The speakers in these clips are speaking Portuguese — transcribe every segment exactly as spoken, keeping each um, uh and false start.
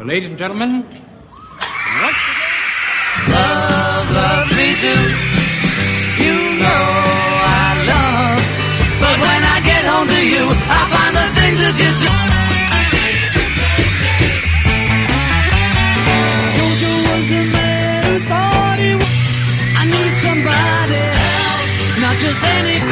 So, ladies and gentlemen, once again... Love, love me do. You know I love. But when I get home to you, I find the things that you do. Jojo was the man who thought he was. I need somebody else, not just any.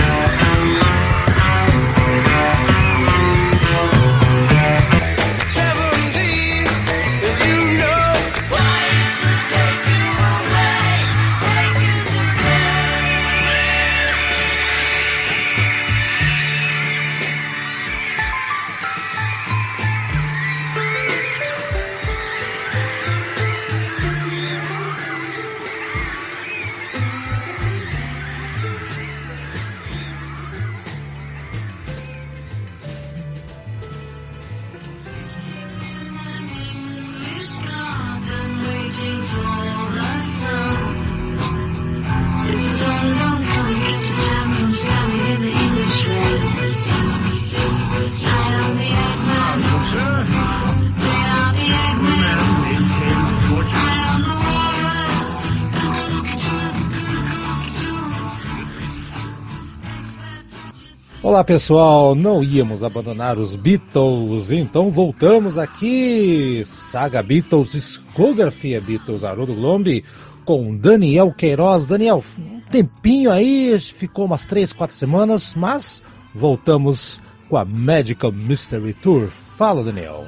Olá pessoal, não íamos abandonar os Beatles, então voltamos aqui, Saga Beatles, Discografia Beatles, Haroldo Glombi, com Daniel Queiroz. Daniel, um tempinho aí, ficou umas três, quatro semanas, mas voltamos com a Magical Mystery Tour. Fala, Daniel.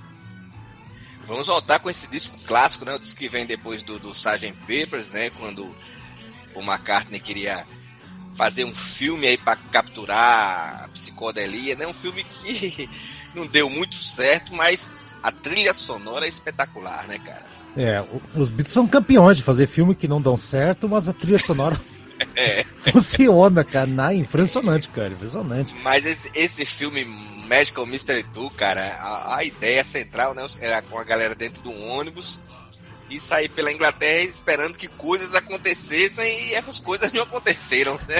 Vamos voltar com esse disco clássico, né? O disco que vem depois do, do sergeant Pepper's, né? Quando o McCartney queria fazer um filme aí para capturar a psicodelia, né? Um filme que não deu muito certo, mas a trilha sonora é espetacular, né, cara? É, os Beatles são campeões de fazer filme que não dão certo, mas a trilha sonora é. funciona, cara. Não, impressionante, cara, impressionante. Mas esse, esse filme Magical Mystery Tour, cara, a, a ideia central, né, era com a galera dentro do ônibus e sair pela Inglaterra esperando que coisas acontecessem, e essas coisas não aconteceram, né?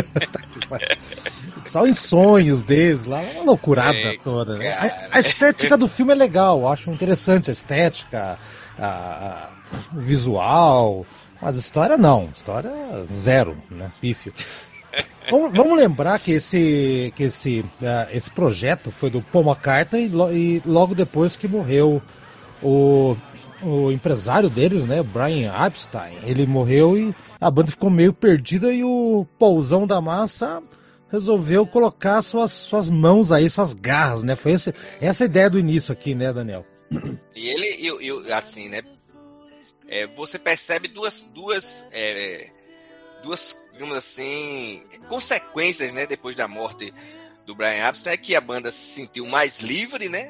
Só em sonhos deles lá, uma loucurada é, toda, né? A, a estética do filme é legal, eu acho interessante a estética, a, a, o visual, mas a história não, história zero, né? Pífio. Vamos, vamos lembrar que esse, que esse, uh, esse projeto foi do Paul McCartney e, lo, e logo depois que morreu o o empresário deles, né, Brian Epstein, ele morreu e a banda ficou meio perdida e o Paulzão da Massa resolveu colocar suas, suas mãos aí, suas garras, né, foi esse, essa a ideia do início aqui, né, Daniel? E ele, eu, eu, assim, né, é, você percebe duas, duas, é, duas, digamos assim, consequências, né, depois da morte do Brian Epstein, é que a banda se sentiu mais livre, né?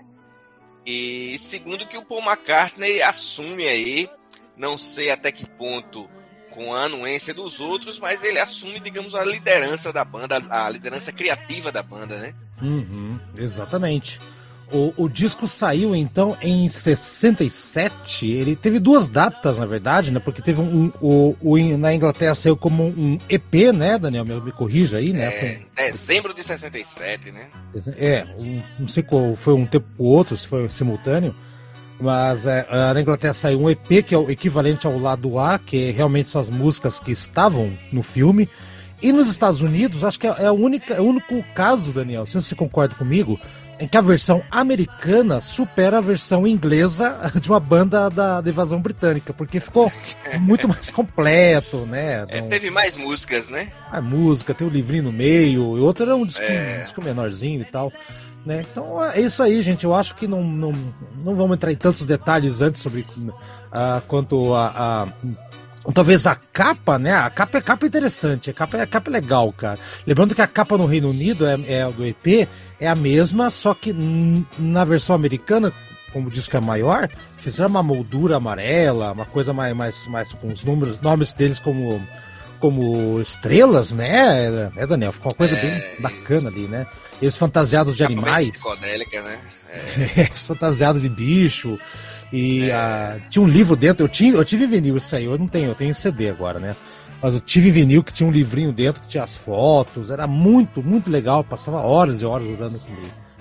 E segundo que o Paul McCartney assume aí, não sei até que ponto com a anuência dos outros, mas ele assume, digamos, a liderança da banda, a liderança criativa da banda, né? Uhum, exatamente. O, o disco saiu então em sessenta e sete, ele teve duas datas na verdade, né? Porque teve um, um o, o, na Inglaterra saiu como um E P, né, Daniel? Me, me corrija aí, né? É, foi... dezembro de sessenta e sete, né? É, um, não sei qual foi um tempo ou outro, se foi simultâneo, mas é, na Inglaterra saiu um E P que é o equivalente ao lado A, que realmente são as músicas que estavam no filme. E nos Estados Unidos, acho que é, é, a única, é o único caso, Daniel, se você concorda comigo, em que a versão americana supera a versão inglesa de uma banda da, da invasão britânica, porque ficou muito mais completo, né? É, teve mais músicas, né? A música, tem o livrinho no meio, e outro era um disco, é. um disco menorzinho e tal, né? Então é isso aí, gente, eu acho que não, não, não vamos entrar em tantos detalhes antes sobre uh, quanto a... a talvez a capa, né? A capa é capa interessante, a capa é a capa é legal, cara. Lembrando que a capa no Reino Unido é, é do E P é a mesma, só que n- na versão americana, como o disco é maior, fizeram uma moldura amarela, uma coisa mais, mais, mais com os números, nomes deles como como estrelas, né? É, Daniel, ficou uma coisa é, bem bacana ali, né? Eles fantasiados de animais. Psicodélica, né? É. Eles fantasiados de bicho. E é. uh, tinha um livro dentro, eu, tinha, eu tive vinil isso aí, eu não tenho, eu tenho C D agora, né? Mas eu tive vinil que tinha um livrinho dentro, que tinha as fotos, era muito, muito legal, passava horas e horas olhando esse livro.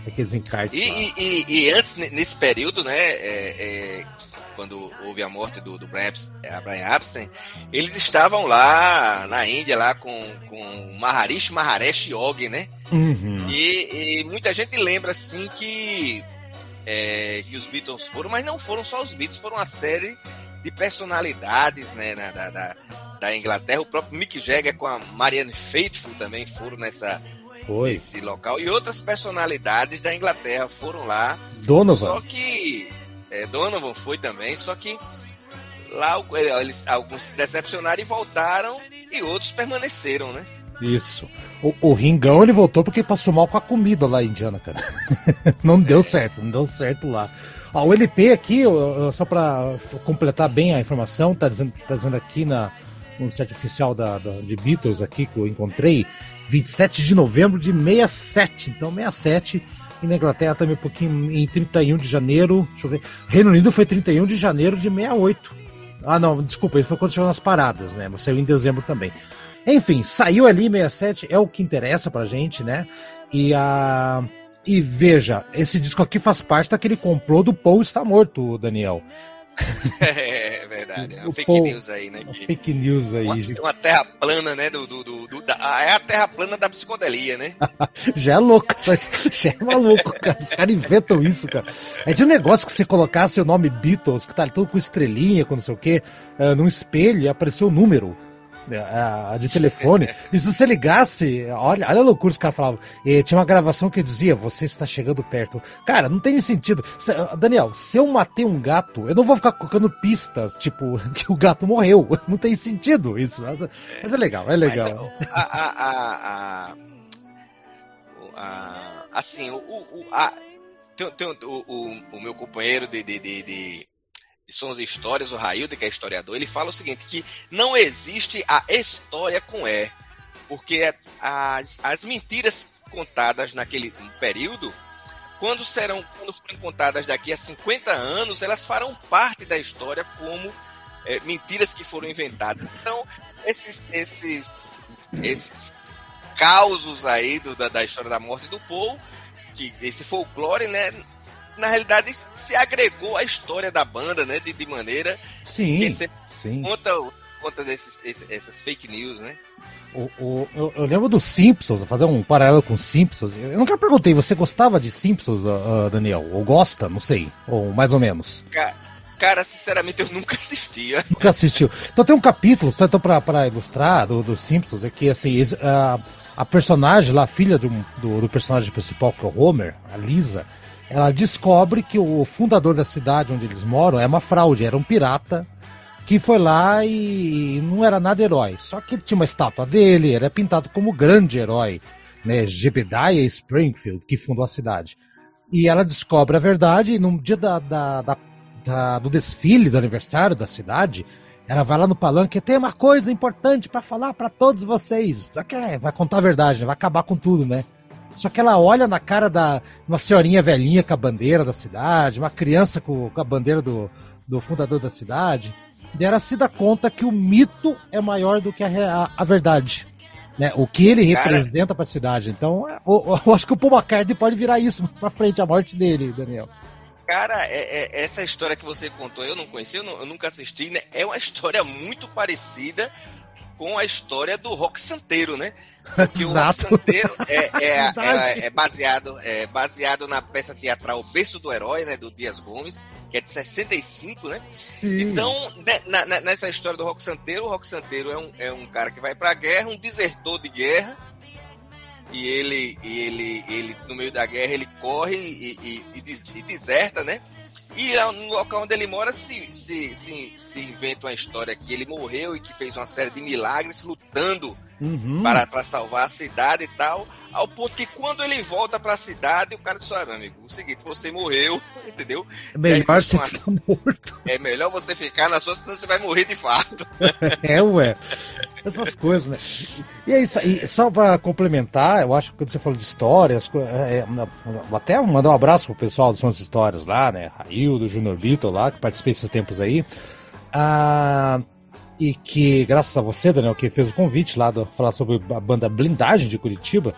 Aqueles encartes. E, e, e, e antes, nesse período, né, é, é, quando houve a morte do, do Brian Epstein, eles estavam lá na Índia, lá com, com Maharishi Mahesh Yogi, né? Uhum. E, e muita gente lembra, assim, que, é, que os Beatles foram, mas não foram só os Beatles, foram uma série de personalidades, né, na, da, da, da Inglaterra. O próprio Mick Jagger com a Marianne Faithfull também foram nessa... Foi. Esse local, e outras personalidades da Inglaterra foram lá. Donovan. Só que é, Donovan foi também, só que lá eles, alguns se decepcionaram e voltaram, e outros permaneceram, né? Isso. O, o Ringão, ele voltou porque passou mal com a comida lá em Indiana, cara. Não deu é. certo, não deu certo lá. Ó, o L P aqui, só pra completar bem a informação, tá dizendo, tá dizendo aqui na, no site oficial da, da, de Beatles aqui que eu encontrei, vinte e sete de novembro de sessenta e sete, então sessenta e sete, e na Inglaterra também um pouquinho em trinta e um de janeiro, deixa eu ver, Reino Unido foi trinta e um de janeiro de sessenta e oito, ah não, desculpa, isso foi quando chegou nas paradas, né, mas saiu em dezembro também. Enfim, saiu ali sessenta e sete, é o que interessa pra gente, né, e a... E veja, esse disco aqui faz parte daquele complô do Paul está morto, Daniel. É verdade, é uma fake Paul, news aí, né? Que fake news aí. Uma, uma terra plana, né? Do, do, do, do, da, é a terra plana da psicodelia, né? Já é louco, já é maluco, cara. Os caras inventam isso, cara. É de um negócio que você colocasse o nome Beatles, que tá todo com estrelinha, com não sei o quê, uh, num espelho e apareceu o número. Uh, de telefone, e se você ligasse, olha, olha a loucura, os caras falavam, e tinha uma gravação que dizia, você está chegando perto. Cara, não tem sentido. Se, Daniel, se eu matei um gato, eu não vou ficar colocando pistas, tipo, que o gato morreu. Não tem sentido isso. Mas, mas é legal, é legal. Mas, a, a, a, a, a, assim, o, o, a, tem, tem, o, o, o meu companheiro de, de, de, de de Sons e Histórias, o Raildo, que é historiador, ele fala o seguinte, que não existe a história com E, porque as, as mentiras contadas naquele período, quando serão quando forem contadas daqui a cinquenta anos, elas farão parte da história como é, mentiras que foram inventadas. Então, esses, esses, esses causos aí do, da, da história da morte do Paul, que esse folclore, né, na realidade se agregou à história da banda, né, de, de maneira sim, que você sim. conta, conta desses, esses, essas fake news, né? O, o, eu, eu lembro dos Simpsons, vou fazer um paralelo com Simpsons. Eu nunca perguntei, você gostava de Simpsons, uh, Daniel? Ou gosta? Não sei. Ou mais ou menos. Cara, cara sinceramente, eu nunca assistia. Nunca assistiu. Então tem um capítulo, só então pra, pra ilustrar, do, do Simpsons, é que assim, a, a personagem lá, a filha do, do, do personagem principal, que é o Homer, a Lisa, ela descobre que o fundador da cidade onde eles moram é uma fraude, era um pirata que foi lá e não era nada herói. Só que tinha uma estátua dele, era pintado como grande herói, né? Jebediah Springfield, que fundou a cidade. E ela descobre a verdade e no dia da, da, da, da, do desfile, do aniversário da cidade, ela vai lá no palanque e tem uma coisa importante para falar para todos vocês. Vai contar a verdade, vai acabar com tudo, né? Só que ela olha na cara da uma senhorinha velhinha com a bandeira da cidade, uma criança com, com a bandeira do, do fundador da cidade, e ela se dá conta que o mito é maior do que a, a, a verdade, né? O que ele cara... representa para a cidade. Então, eu, eu acho que o Paul McCartney pode virar isso para frente, a morte dele, Daniel. Cara, é, é, essa história que você contou, eu não conheci, eu, não, eu nunca assisti, né? É uma história muito parecida com a história do rock santeiro, né? Porque o rock santeiro é, é, é, é, baseado, é baseado na peça teatral Berço do Herói, né? Do Dias Gomes, que é de sessenta e cinco, né? Sim. Então, na, na, nessa história do rock santeiro, o rock santeiro é um, é um cara que vai pra guerra, um desertor de guerra, e ele, e ele, ele no meio da guerra, ele corre e, e, e, des, e deserta, né? E lá no local onde ele mora se, se, se, se inventa uma história que ele morreu e que fez uma série de milagres lutando uhum. para, para salvar a cidade e tal, ao ponto que quando ele volta para a cidade, o cara diz, olha, meu amigo, o seguinte, você morreu, entendeu? É melhor você uma... ficar morto. É melhor você ficar na sua, senão você vai morrer de fato. É, ué. Essas coisas, né? E é isso aí, só para complementar, eu acho que quando você falou de histórias, é, é, vou até mandar um abraço pro pessoal do Sons de Histórias lá, né? Raildo, Júnior Vitor lá, que participei esses tempos aí. Ah, e que, graças a você, Daniel, que fez o convite lá de falar sobre a banda Blindagem de Curitiba,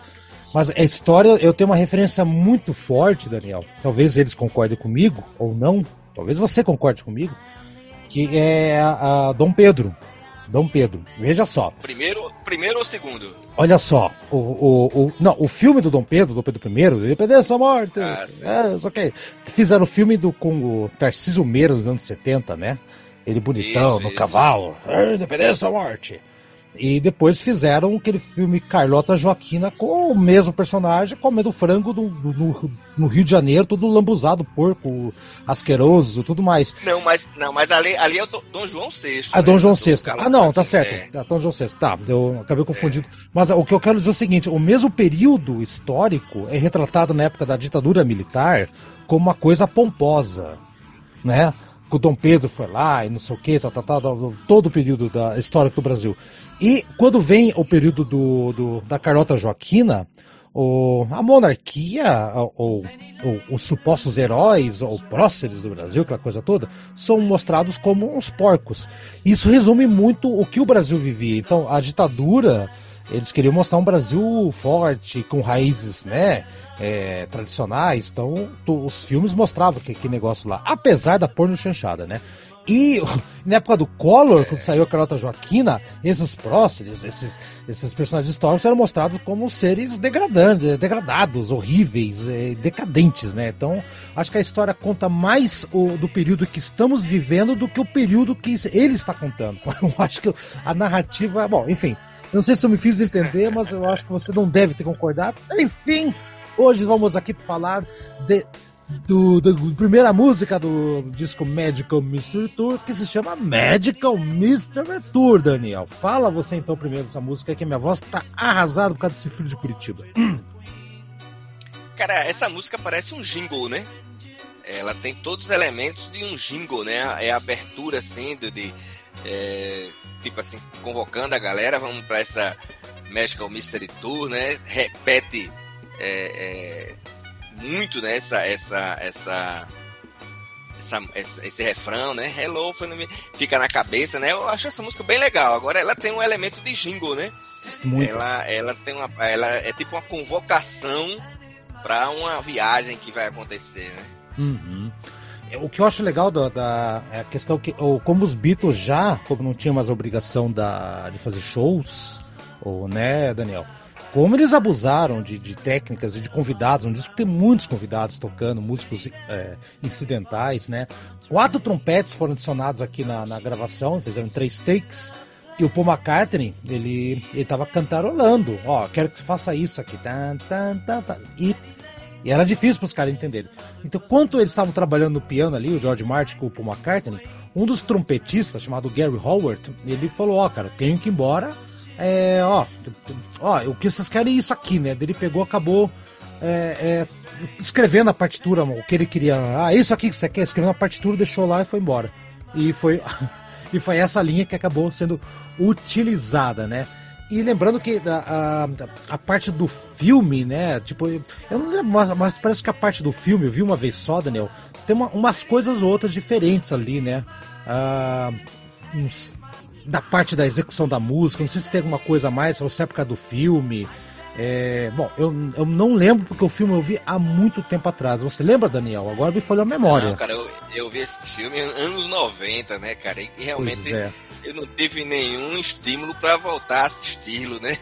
Mas a história, eu tenho uma referência muito forte, Daniel. Talvez eles concordem comigo, ou não. Talvez você concorde comigo. Que é a, a Dom Pedro. Dom Pedro, veja só. Primeiro, primeiro ou segundo? Olha só, o, o, o, não, o filme do Dom Pedro, Dom Pedro I, Independência ou Morte, ah, é, okay. Fizeram o filme do, com o Tarcísio Meira nos anos setenta, né? Ele bonitão, isso, no isso. cavalo, é, Independência ou Morte. E depois fizeram aquele filme Carlota Joaquina com o mesmo personagem comendo frango do, do, no, no Rio de Janeiro, todo lambuzado, porco, asqueroso, tudo mais. Não, mas, não, mas ali, ali é o Dom João sexto. Ah, né? Dom João sexto. Ah, não, tá Joaquim, certo. É. Ah, Dom João sexto. Tá, eu acabei confundindo. É. Mas o que eu quero dizer é o seguinte, o mesmo período histórico é retratado na época da ditadura militar como uma coisa pomposa, né? Que o Dom Pedro foi lá e não sei o que, tá, tá, tá, todo o período da história do Brasil. E quando vem o período do, do, da Carlota Joaquina, o, a monarquia, ou, ou os supostos heróis, ou próceres do Brasil, aquela coisa toda, são mostrados como uns porcos. Isso resume muito o que o Brasil vivia. Então, a ditadura, eles queriam mostrar um Brasil forte, com raízes, né, é, tradicionais. Então, to, os filmes mostravam que, que negócio lá, apesar da porno chanchada, né? E na época do Collor, quando saiu a Carlota Joaquina, esses próceres, esses, esses personagens históricos eram mostrados como seres degradantes, degradados, horríveis, decadentes, né? Então, acho que a história conta mais o, do período que estamos vivendo do que o período que ele está contando. Eu acho que a narrativa... Bom, enfim, eu não sei se eu me fiz entender, mas eu acho que você não deve ter concordado. Enfim, hoje vamos aqui falar de... Do, do, do primeira música do disco Magical Mystery Tour, que se chama Magical Mystery Tour, Daniel. Fala você então primeiro dessa música, que a minha voz tá arrasada por causa desse frio de Curitiba. Hum. Cara, essa música parece um jingle, né? Ela tem todos os elementos de um jingle, né? É a abertura assim, de, de é, tipo assim, convocando a galera, vamos pra essa Magical Mystery Tour, né? Repete é, é, muito, né, essa, essa, essa, essa, essa, esse refrão, né, hello, fica na cabeça, né, eu acho essa música bem legal. Agora ela tem um elemento de jingle, né, muito. ela, ela tem uma, ela é tipo uma convocação para uma viagem que vai acontecer, né. Uhum. O que eu acho legal da, da é a questão que, ou como os Beatles já, como não tinham mais a obrigação da, de fazer shows, ou, né, Daniel, como eles abusaram de, de técnicas e de convidados, um disco que tem muitos convidados tocando, músicos é, incidentais, né? Quatro trompetes foram adicionados aqui na, na gravação, fizeram três takes, e o Paul McCartney, ele estava cantarolando, ó, quero que você faça isso aqui, tan, tan, tan, tan. E, e era difícil para os caras entenderem. Então, quando eles estavam trabalhando no piano ali, o George Martin com o Paul McCartney, um dos trompetistas, chamado Gary Howard, ele falou, ó, cara, tenho que ir embora. É, ó, ó, o que vocês querem é isso aqui, né? Ele pegou, acabou é, é, escrevendo a partitura, o que ele queria. Ah, isso aqui que você quer, escrevendo a partitura, deixou lá e foi embora. E foi, e foi essa linha que acabou sendo utilizada, né? E lembrando que a, a, a parte do filme, né? Tipo, eu não lembro, mas, mas parece que a parte do filme, eu vi uma vez só, Daniel, tem uma, umas coisas ou outras diferentes ali, né? Ah, uns. Da parte da execução da música, não sei se tem alguma coisa a mais, ou se é por causa do filme. É, bom, eu, eu não lembro porque o filme eu vi há muito tempo atrás. Você lembra, Daniel? Agora me falhou a memória. Não, cara, eu, eu vi esse filme anos noventa, né, cara? E realmente é. eu não tive nenhum estímulo para voltar a assisti-lo, né?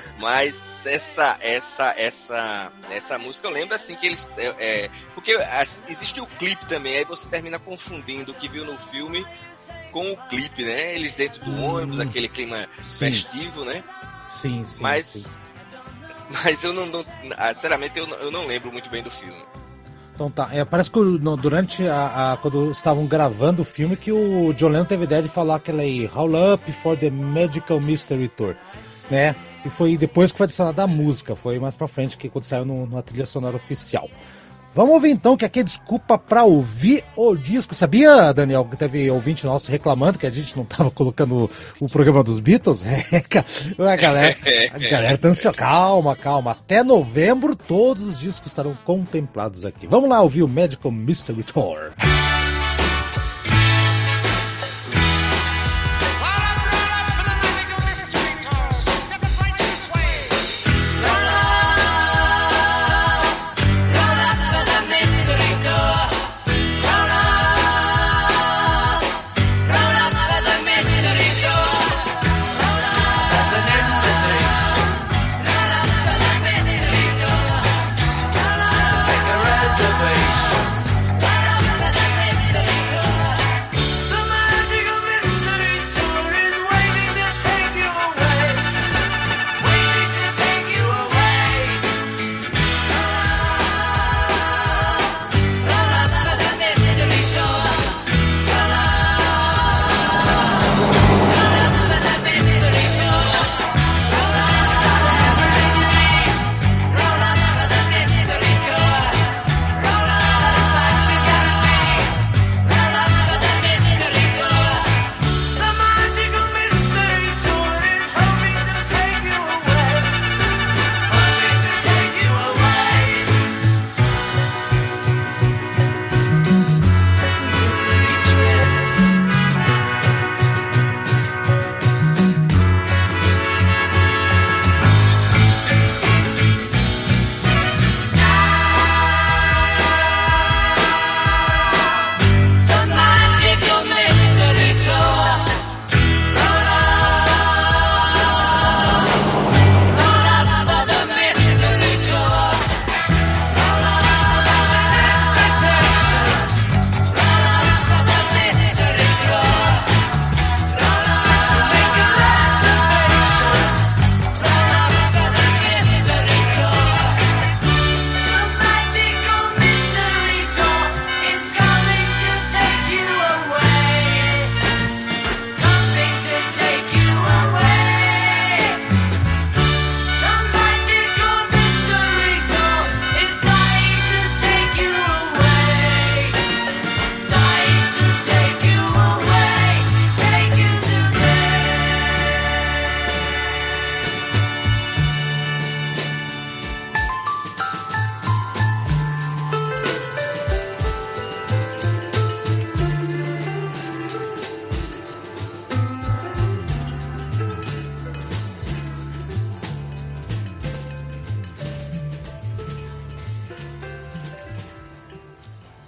Mas essa, essa, essa, essa música eu lembro assim que eles. É, é, porque existe o clipe também, aí você termina confundindo o que viu no filme com o clipe, né? Eles dentro do hum, ônibus, aquele clima sim. festivo, né? Sim, sim. Mas, sim. mas eu não, não sinceramente, eu não, eu não lembro muito bem do filme. Então tá, é, parece que no, durante a, a quando estavam gravando o filme que o John Lennon teve a ideia de falar aquela aí, Roll Up for the Magical Mystery Tour, né? E foi depois que foi adicionada a música, foi mais pra frente que quando saiu no, na trilha sonora oficial. Vamos ouvir então, que aqui é desculpa pra ouvir o disco. Sabia, Daniel, que teve ouvinte nosso reclamando que a gente não tava colocando o programa dos Beatles? É, a galera, a galera tá ansiosa. Calma, calma. Até novembro todos os discos estarão contemplados aqui. Vamos lá ouvir o Magical Mystery Tour.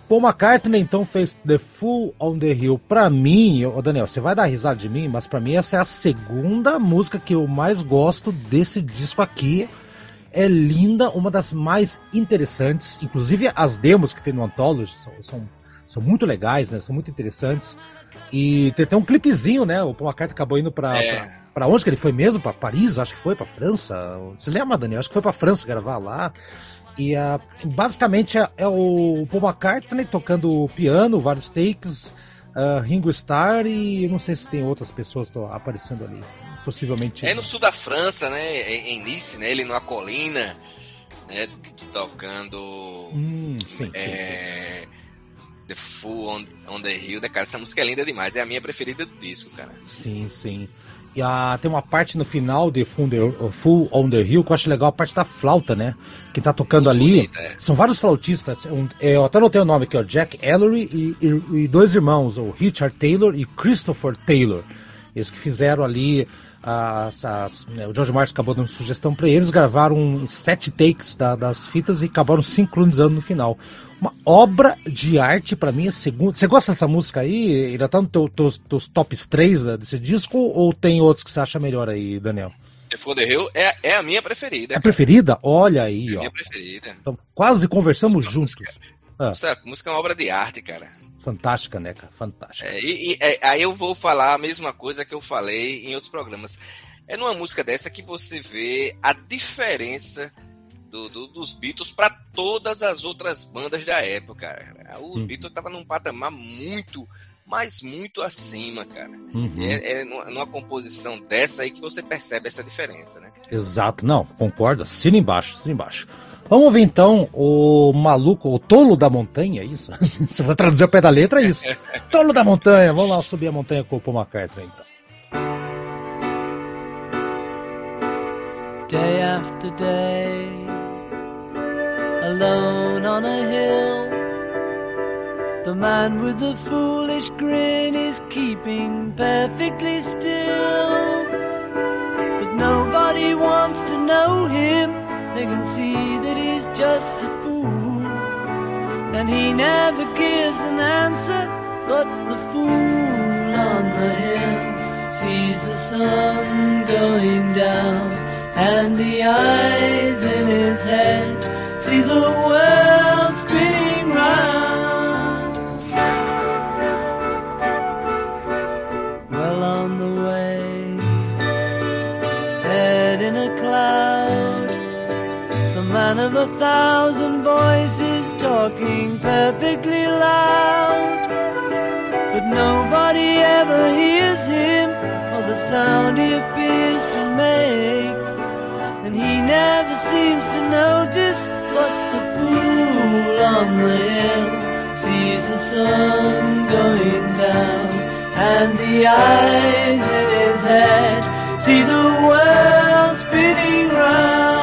Paul McCartney então fez The Fool on the Hill. Pra mim, ô Daniel, você vai dar risada de mim, mas pra mim essa é a segunda música que eu mais gosto desse disco aqui. É linda, uma das mais interessantes. Inclusive as demos que tem no Anthology são, são, são muito legais, né? São muito interessantes. E tem até um clipezinho, né? O Paul McCartney acabou indo pra, É. pra, pra onde que ele foi mesmo? Pra Paris, acho que foi, pra França. Você lembra, Daniel? Acho que foi pra França gravar lá. E uh, basicamente é, é o Paul McCartney tocando piano, vários takes, uh, Ringo Starr e não sei se tem outras pessoas tô aparecendo ali. Possivelmente. É no sul da França, né? Em Nice, né? Ele numa colina, né? Tocando. Hum, sim, é, sim. The Fool on, on the Hill, né, cara? Essa música é linda demais. É a minha preferida do disco, cara. Sim, sim. E a, tem uma parte no final de Fool on the Hill que eu acho legal, a parte da flauta, né? Que tá tocando Muito ali. bonita, é. São vários flautistas. Um, eu até não tenho o nome aqui, ó. Jack Ellery e, e, e dois irmãos, o Richard Taylor e Christopher Taylor. Eles que fizeram ali. As, as, né, o George Martin acabou dando sugestão para eles, gravaram sete takes da, das fitas e acabaram sincronizando no final. Uma obra de arte para mim, a segunda. Você gosta dessa música aí? Ele tá nos teu, teus, teus tops três desse disco ou tem outros que você acha melhor aí, Daniel? The Fool on the Hill é, é a minha preferida. É a preferida? Olha aí, É a ó. minha preferida. Então, quase conversamos Essa juntos. Música, Ah, essa música é uma obra de arte, cara. fantástica, né, cara? Fantástica. É, e, e é, aí eu vou falar a mesma coisa que eu falei em outros programas. É numa música dessa que você vê a diferença do, do, dos Beatles para todas as outras bandas da época, cara. O Hum. Beatles tava num patamar muito, mas muito acima, cara. Uhum. É, é numa, numa composição dessa aí que você percebe essa diferença, né? Exato, não, concordo, assina embaixo, assina embaixo. Vamos ver então o maluco, o tolo da montanha, é isso? Se for traduzir ao pé da letra, é isso. Tolo da montanha, vamos lá subir a montanha com o Paul McCartney então. Day after day, alone on a hill, the man with the foolish grin is keeping perfectly still. But nobody wants to know him, they can see that he's just a fool. And he never gives an answer, but the fool on the hill sees the sun going down, and the eyes in his head see the world spinning round. Well on the way, head in a cloud, the man of a thousand voices talking perfectly loud. But nobody ever hears him, or the sound he appears to make. And he never seems to notice, but the fool on the hill sees the sun going down, and the eyes in his head see the world spinning round.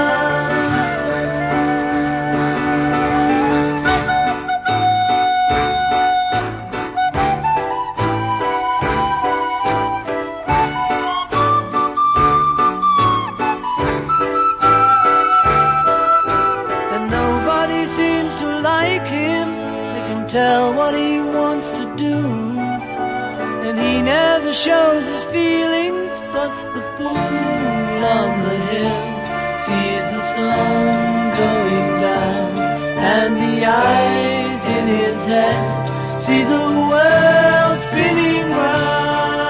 Tell what he wants to do, and he never shows his feelings, but the fool on the hill sees the sun going down, and the eyes in his head see the world spinning round.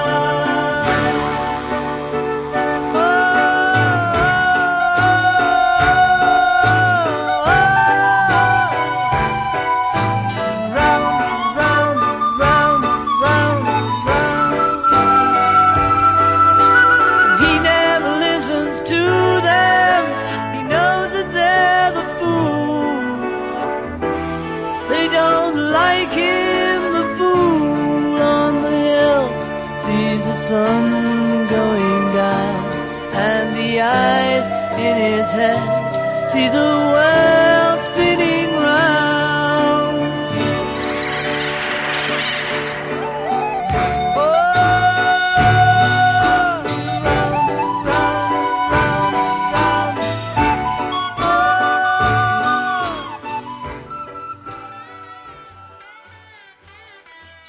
Sun going down, and the eyes in his head see the world spinning round. Oh, round, round, round, round.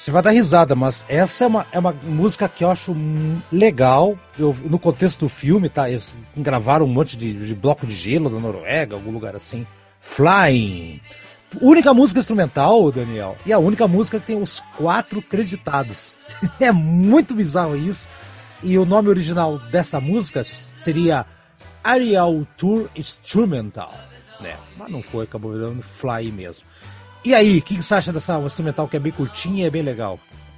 Você vai dar risada, mas essa é uma, é uma música que eu acho legal. Eu, no contexto do filme, tá? Eles gravaram um monte de, de bloco de gelo da Noruega, algum lugar assim. Flying. Única música instrumental, Daniel, e a única música que tem os quatro creditados. É muito bizarro isso. E o nome original dessa música seria Aerial Tour Instrumental, né? Mas não foi, acabou virando Fly mesmo. E aí, o que, que você acha dessa instrumental que é bem curtinha e é bem legal?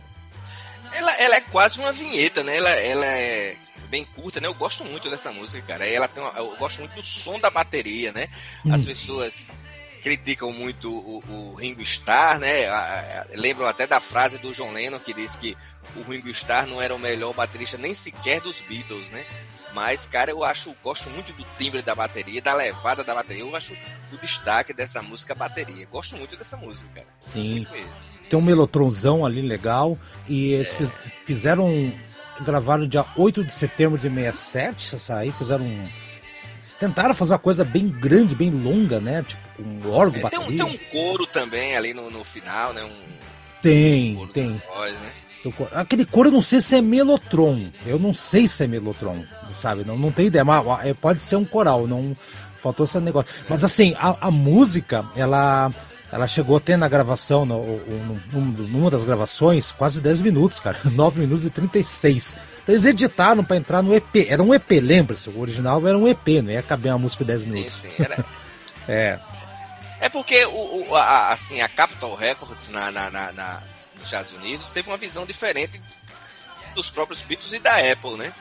Ela, ela é quase uma vinheta, né? Ela, ela é bem curta, né? Eu gosto muito dessa música, cara. Ela tem uma, eu gosto muito do som da bateria, né? As hum. pessoas criticam muito o, o Ringo Starr, né? A, a, lembram até da frase do John Lennon que diz que o Ringo Starr não era o melhor baterista nem sequer dos Beatles, né? Mas, cara, eu acho, gosto muito do timbre da bateria, da levada da bateria. Eu acho o destaque dessa música a bateria. Gosto muito dessa música, cara. Sim. Tem um melotronzão ali legal. E eles é. fizeram, gravaram dia oito de setembro de sessenta e sete, essa aí, fizeram um... Eles tentaram fazer uma coisa bem grande, bem longa, né? Tipo, um órgão, é, bateria. Tem um, tem um coro também ali no, no final, né? Um, tem, um tem. Voz, né? Aquele coro eu não sei se é melotron. Eu não sei se é melotron, sabe? Não, não tenho ideia, mas pode ser um coral, não faltou esse negócio. Mas assim, a, a música, ela, ela chegou a ter na gravação, no, no, numa das gravações, quase dez minutos, cara. nove minutos e trinta e seis. Então eles editaram pra entrar no E P. Era um E P, lembra-se? O original era um E P, não ia caber uma música de dez minutos. Sim, sim, era... é. É porque o, o, a, assim, a Capitol Records na... na, na, na... nos Estados Unidos, teve uma visão diferente dos próprios Beatles e da Apple, né?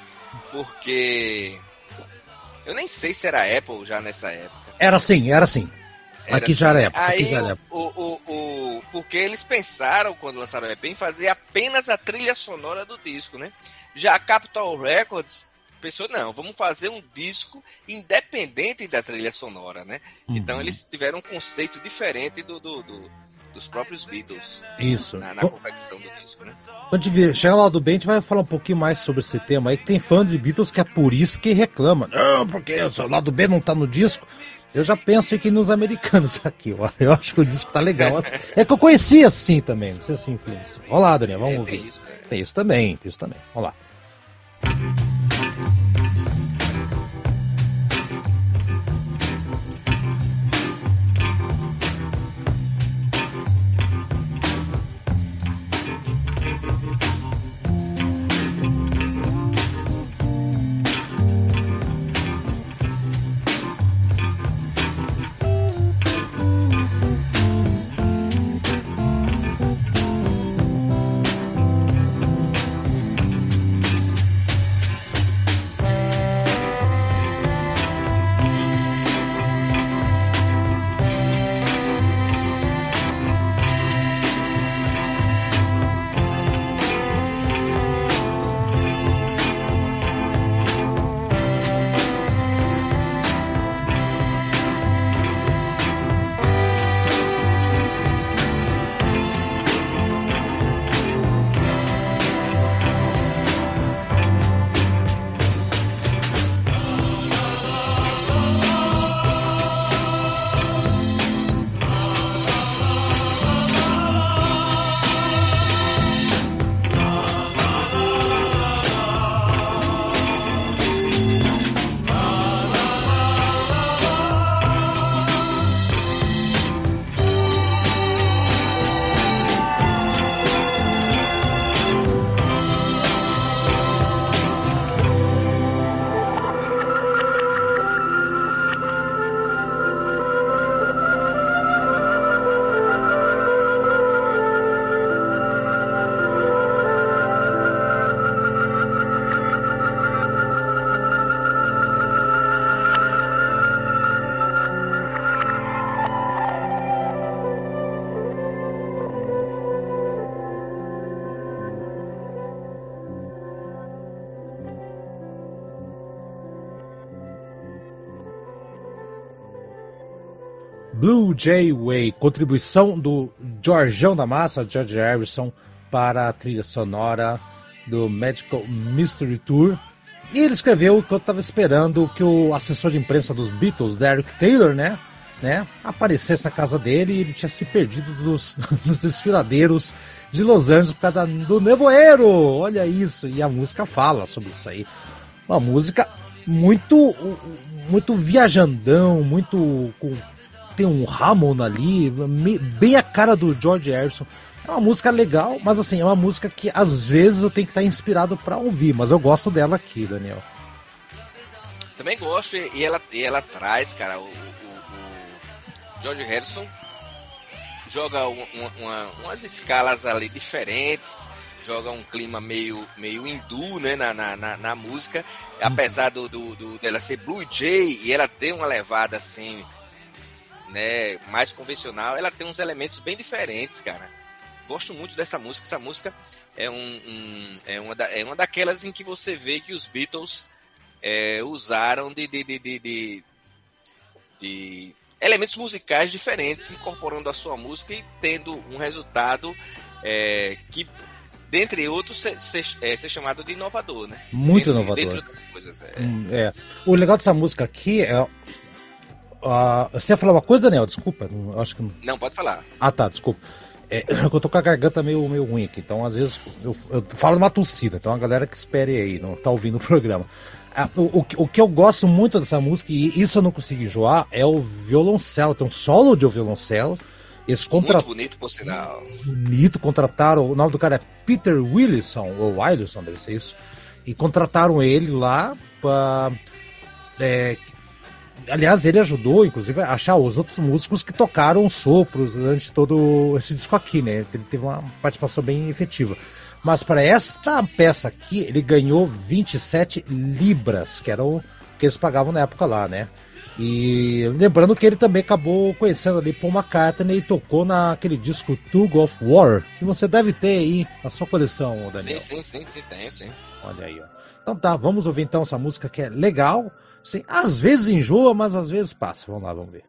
Porque eu nem sei se era Apple já nessa época. Era sim, era sim. Era aqui assim, já era Apple. Aí, aqui já era Apple. O, o, o, porque eles pensaram, quando lançaram o E P, em fazer apenas a trilha sonora do disco, né? Já a Capitol Records pensou, não, vamos fazer um disco independente da trilha sonora, né? Uhum. Então eles tiveram um conceito diferente do... do, do dos próprios Beatles. Isso. Na, na confecção do disco, né? Quando a gente chegar lá do bem, a gente vai falar um pouquinho mais sobre esse tema aí, que tem fã de Beatles que é por isso que reclama. Não, porque o lado B não tá no disco. Eu já penso aqui nos americanos aqui, ó. Eu acho que o disco tá legal. É que eu conheci assim também, não sei se influência. Vamos lá, Daniel, vamos é, ouvir. Tem isso, né? Tem isso também, tem isso também. Vamos lá. Blue Jay Way, contribuição do Georgeão da Massa, George Harrison, para a trilha sonora do Magical Mystery Tour. E ele escreveu o que eu estava esperando, que o assessor de imprensa dos Beatles, Derek Taylor, né, né, aparecesse na casa dele e ele tinha se perdido dos, dos desfiladeiros de Los Angeles por causa do nevoeiro. Olha isso, e a música fala sobre isso aí. Uma música muito, muito viajandão, muito com, tem um Hammond ali, bem a cara do George Harrison. É uma música legal, mas assim, é uma música que às vezes eu tenho que estar inspirado para ouvir, mas eu gosto dela aqui, Daniel. Também gosto, e ela, e ela traz, cara, o, o, o George Harrison joga uma, uma, umas escalas ali diferentes, joga um clima meio, meio hindu, né, na, na, na, na música, hum. apesar do, do, do, dela ser Blue Jay, e ela tem uma levada assim, né, mais convencional, ela tem uns elementos bem diferentes, cara. Gosto muito dessa música, essa música é, um, um, é, uma, da, é uma daquelas em que você vê que os Beatles é, usaram de, de, de, de, de, de elementos musicais diferentes, incorporando a sua música e tendo um resultado é, que, dentre outros, ser, ser, é, ser chamado de inovador, né? Muito dentre, inovador. Dentre outras coisas, é. Hum, é. O legal dessa música aqui é... Uh, você ia falar uma coisa, Daniel? Desculpa. Eu acho que... Não, pode falar. Ah, tá, desculpa. É, eu tô com a garganta meio, meio ruim aqui, então às vezes eu, eu falo uma tossida, então a galera que espere aí, não tá ouvindo o programa. Ah, o, o, o que eu gosto muito dessa música, e isso eu não consigo enjoar, é o violoncelo, tem um solo de violoncelo. Eles contra... Muito bonito, por sinal. Bonito, contrataram, o nome do cara é Peter Willison, ou Willison, deve ser isso, e contrataram ele lá pra... É, aliás, ele ajudou, inclusive, a achar os outros músicos que tocaram sopros durante todo esse disco aqui, né? Ele teve uma participação bem efetiva. Mas para esta peça aqui, ele ganhou vinte e sete libras, que era o que eles pagavam na época lá, né? E lembrando que ele também acabou conhecendo ali Paul McCartney e tocou naquele disco Tug of War, que você deve ter aí na sua coleção, Daniel. Sim, sim, sim, sim, tem, sim. Olha aí, ó. Então tá, vamos ouvir então essa música que é legal. Sim, às vezes enjoa, mas às vezes passa. Vamos lá, vamos ver.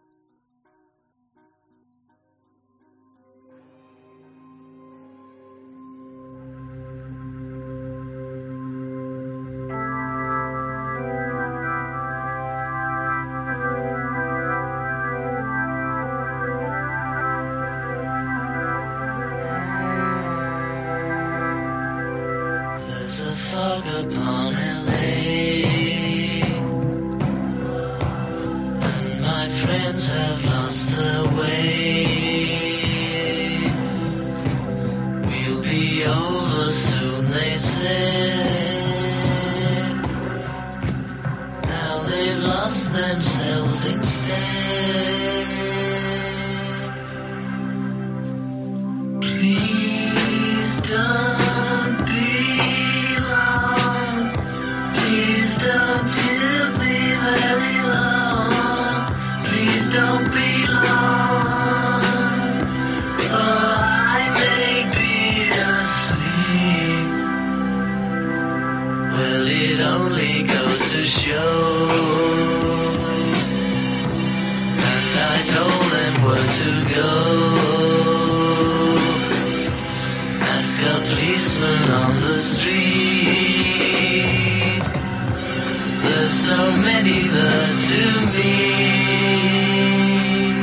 There's a fog upon L A, and my friends have lost their way. We'll be over soon, they said. Now they've lost themselves instead. Please don't be long. Please don't you be very long. Please don't be long, or I may be asleep. Well, it only goes to show. And I told them where to go. Ask a policeman on the street. There's so many there to meet.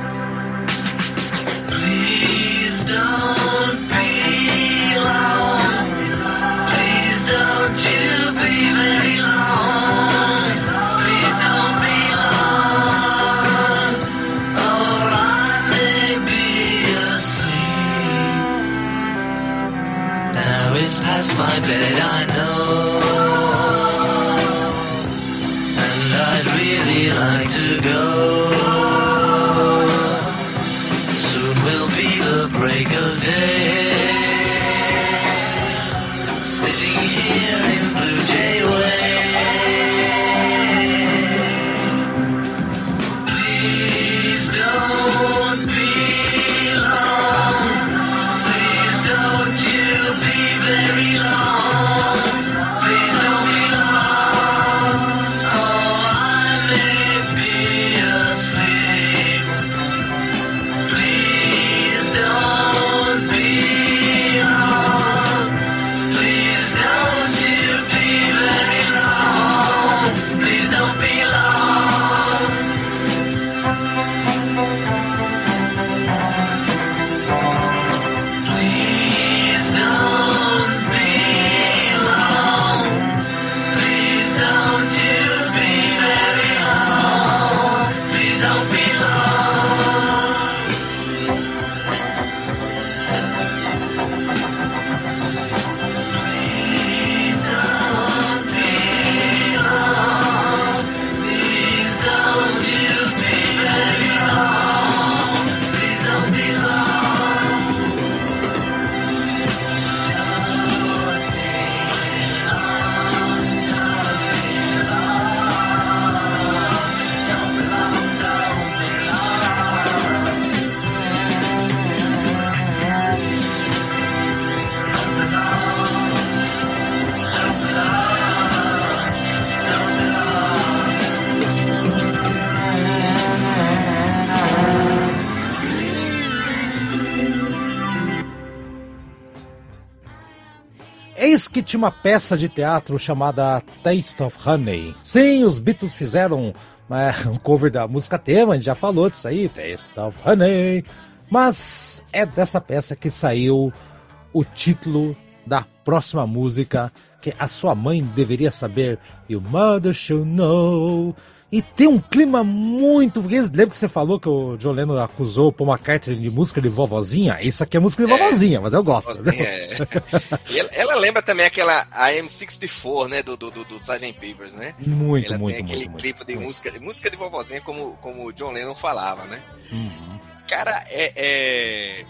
Please don't be long. Please don't you be very long. Please don't be long, or I may be asleep. Now it's past my bed, I know, and I'd really like to go. Soon will be the break of day. Sitting here in Blue Jay Way. Please don't be long. Please don't you be very long. Please don't be long, or I may be asleep. Please don't be Eis que tinha uma peça de teatro chamada Taste of Honey. Sim, os Beatles fizeram é, um cover da música tema, a gente já falou disso aí, Taste of Honey. Mas é dessa peça que saiu o título da próxima música, que a sua mãe deveria saber, Your Mother Should Know. E tem um clima muito... Lembra que você falou que o John Lennon acusou o Paul McCartney de música de vovozinha? Isso aqui é música de vovozinha, é, mas eu gosto. Vovozinha, é. E ela, ela lembra também aquela I M sessenta e quatro, né, do, do, do sergeant Pepper's, né? Muito, ela muito, tem aquele muito, clipe muito, de muito. música, música de vovozinha, como, como o John Lennon falava, né? Uhum. Cara, é... É,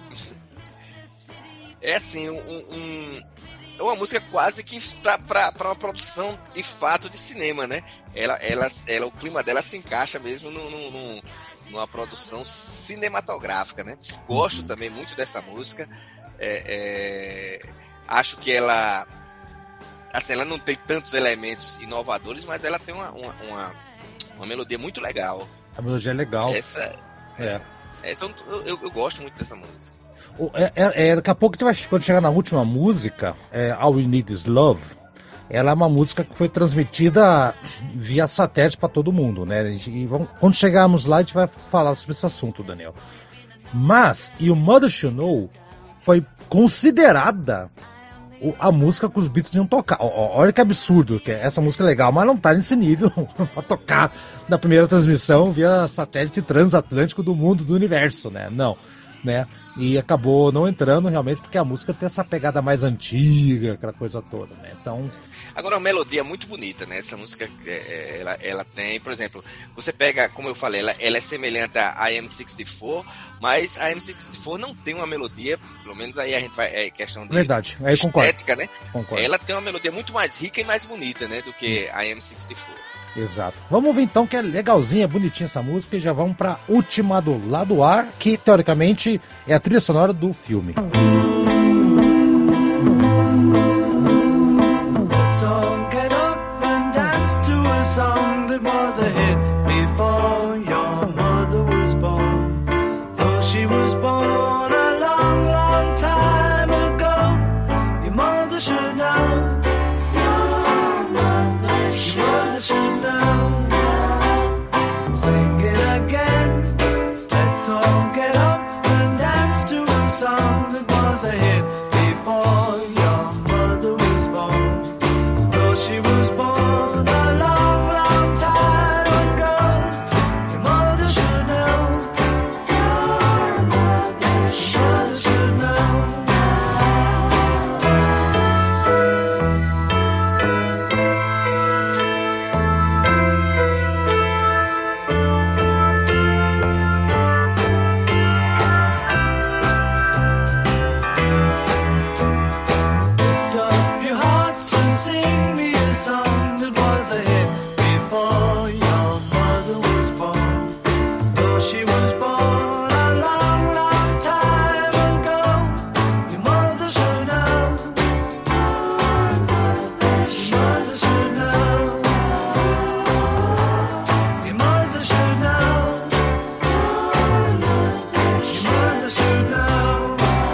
é assim, um... um é uma música quase que para uma produção de fato de cinema, né? Ela, ela, ela, o clima dela se encaixa mesmo num, num, numa produção cinematográfica, né? Gosto também muito dessa música. É, é, acho que ela, assim, ela não tem tantos elementos inovadores, mas ela tem uma, uma, uma, uma melodia muito legal. A melodia é legal. Essa, é. essa eu, eu, eu gosto muito dessa música. É, é, é, daqui a pouco, a gente vai, quando chegar na última música, é, All We Need Is Love, ela é uma música que foi transmitida via satélite para todo mundo, né? E vamos, quando chegarmos lá, a gente vai falar sobre esse assunto, Daniel. Mas, e o Mother Should Know foi considerada o, a música que os Beatles iam tocar. O, olha que absurdo, que essa música é legal, mas não tá nesse nível para tocar na primeira transmissão via satélite transatlântico do mundo, do universo, né? Não. Né? E acabou não entrando realmente porque a música tem essa pegada mais antiga, aquela coisa toda, né? Então... Agora, a melodia é muito bonita, né? Essa música, é, ela, ela tem, por exemplo, você pega, como eu falei, ela, ela é semelhante à I M sessenta e quatro, mas a I M sessenta e quatro não tem uma melodia, pelo menos aí a gente vai, é questão de Verdade. Aí estética, concordo. né? Concordo. Ela tem uma melodia muito mais rica e mais bonita, né? Do que a I M sessenta e quatro. Exato. Vamos ouvir então, que é legalzinha, é bonitinha essa música, e já vamos pra última do Lado A, que teoricamente é a trilha sonora do filme. Let's all get up and dance to a song that was a hit before your mother was born. Though she was born a long, long time ago, your mother should know. Your mother should, your mother should know. Sing it again. Let's all get up and dance to a song that was a hit before your mother was born. Though she was born a long, long time ago, your mother should know. Your mother should, mother should know. Lift up your hearts and sing me a song that was a hit before your mother was born. Though she was born a long, long time ago, your mother should know. Your mother should know. Your mother should know. Your mother should know.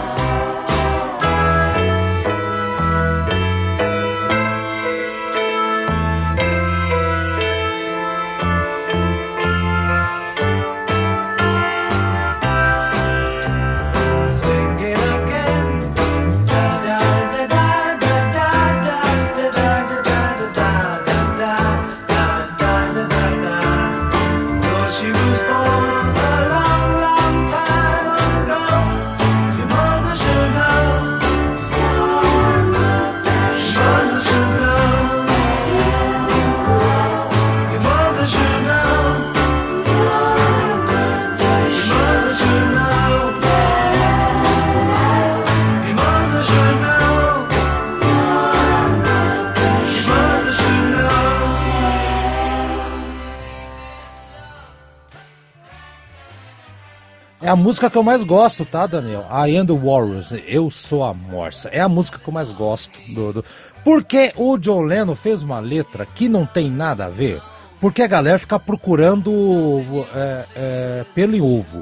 Sing it again. Da da da da da da da da da da da da da da da. Though she was born a long, long time ago, your mother should know. Your mother should know. Your mother should know. Your mother should know. Your mother should know. Your mother should know. É a música que eu mais gosto, tá, Daniel? I Am The Warriors, Eu Sou a Morsa. É a música que eu mais gosto. Do, do... Porque o John Lennon fez uma letra que não tem nada a ver, porque a galera fica procurando é, é, pelo em ovo.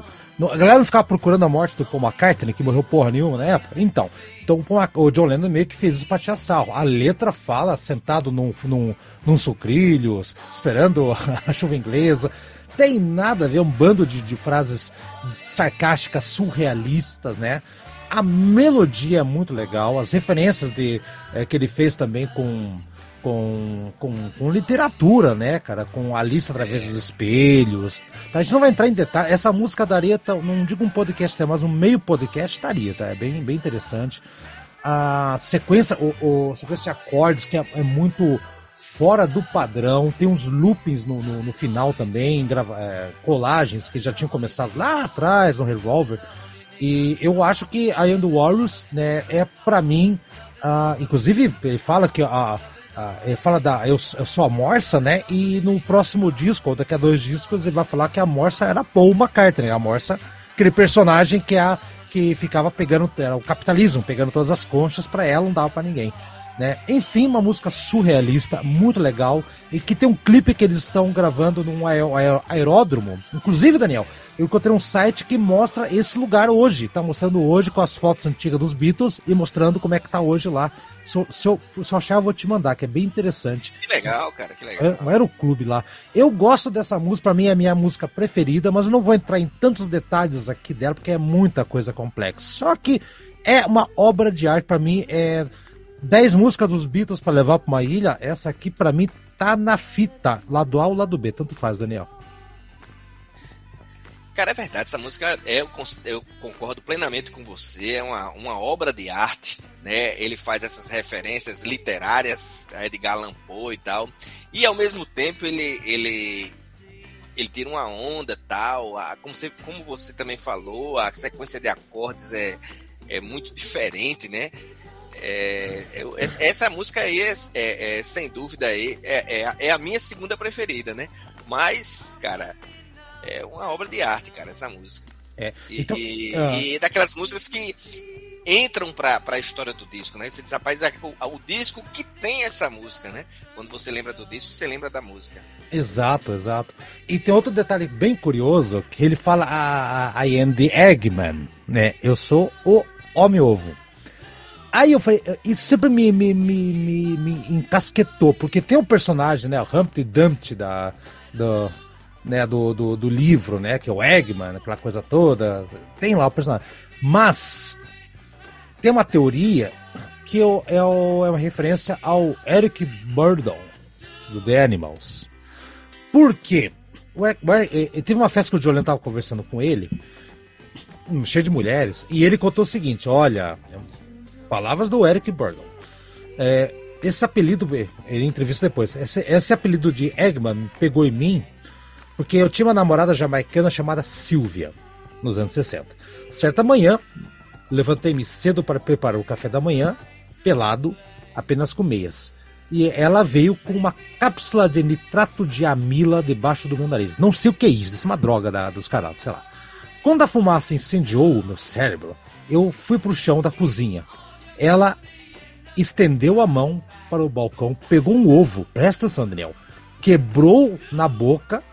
A galera não ficava procurando a morte do Paul McCartney, que morreu porra nenhuma na época. Então, então o John Lennon meio que fez isso pra tirar sarro. A letra fala sentado num, num, num sucrilhos, esperando a chuva inglesa. Tem nada a ver, um bando de, de frases sarcásticas, surrealistas, né? A melodia é muito legal, as referências de, é, que ele fez também com... Com, com, com literatura, né, cara? Com Alice através dos espelhos. Tá? A gente não vai entrar em detalhes. Essa música daria, tá, não digo um podcast, mas um meio podcast estaria, tá? É bem, bem interessante. A sequência, o, o sequência de acordes que é, é muito fora do padrão. Tem uns loopings no, no, no final também, grava, é, colagens que já tinham começado lá atrás no Revolver. E eu acho que I Am the Warriors, né, é pra mim, uh, inclusive ele fala que a uh, Ah, ele fala da eu, eu sou a Morsa, né? E no próximo disco, ou daqui a dois discos, ele vai falar que a Morsa era Paul McCartney. A Morsa, aquele personagem que, a, que ficava pegando, era o capitalismo, pegando todas as conchas pra ela, não dava pra ninguém. Né? Enfim, uma música surrealista, muito legal, e que tem um clipe que eles estão gravando num aer- aer- aeródromo. Inclusive, Daniel, eu encontrei um site que mostra esse lugar hoje. Tá mostrando hoje com as fotos antigas dos Beatles e mostrando como é que tá hoje lá. Se eu, se eu, se eu achar, eu vou te mandar, que é bem interessante. Que legal, cara, que legal. É um aeroclube lá. Eu gosto dessa música, pra mim é a minha música preferida, mas eu não vou entrar em tantos detalhes aqui dela, porque é muita coisa complexa. Só que é uma obra de arte, pra mim, é... dez músicas dos Beatles pra levar pra uma ilha, essa aqui pra mim tá na fita, lado A ou lado B, tanto faz, Daniel. Cara, é verdade, essa música é, eu, eu concordo plenamente com você, é uma, uma obra de arte, né? Ele faz essas referências literárias a Edgar Allan Poe e tal, e ao mesmo tempo ele, ele, ele tira uma onda tal, a, como, você, como você também falou, a sequência de acordes é, é muito diferente, né? É, eu, essa música aí é, é, é sem dúvida aí, é, é, é a minha segunda preferida, né? Mas, cara, é uma obra de arte, cara, essa música. É, então, e, uh... e daquelas músicas que entram pra, pra história do disco, né? Você diz, rapaz, é o, o disco que tem essa música, né? Quando você lembra do disco, você lembra da música. Exato, exato. E tem outro detalhe bem curioso, que ele fala, a, I am the Eggman, né? Eu sou o Homem-Ovo. Aí eu falei, isso sempre me, me, me, me, me encasquetou, porque tem um personagem, né, o Humpty Dumpty da, do, né, do, do, do livro, né, que é o Eggman, aquela coisa toda, tem lá o personagem. Mas tem uma teoria que é, é, é uma referência ao Eric Burdon, do The Animals. Por quê? O Eric, teve uma festa que o Julian estava conversando com ele, cheio de mulheres, e ele contou o seguinte, olha... Palavras do Eric Burdon. É, esse apelido, ele entrevista depois, esse, esse apelido de Eggman pegou em mim porque eu tinha uma namorada jamaicana chamada Sylvia, nos anos sessenta. Certa manhã, levantei-me cedo para preparar o café da manhã, pelado, apenas com meias. E ela veio com uma cápsula de nitrato de amila debaixo do meu nariz. Não sei o que é isso, isso é uma droga da, dos caras, sei lá. Quando a fumaça incendiou o meu cérebro, eu fui para o chão da cozinha. Ela estendeu a mão para o balcão, pegou um ovo, presta atenção, Daniel, quebrou na boca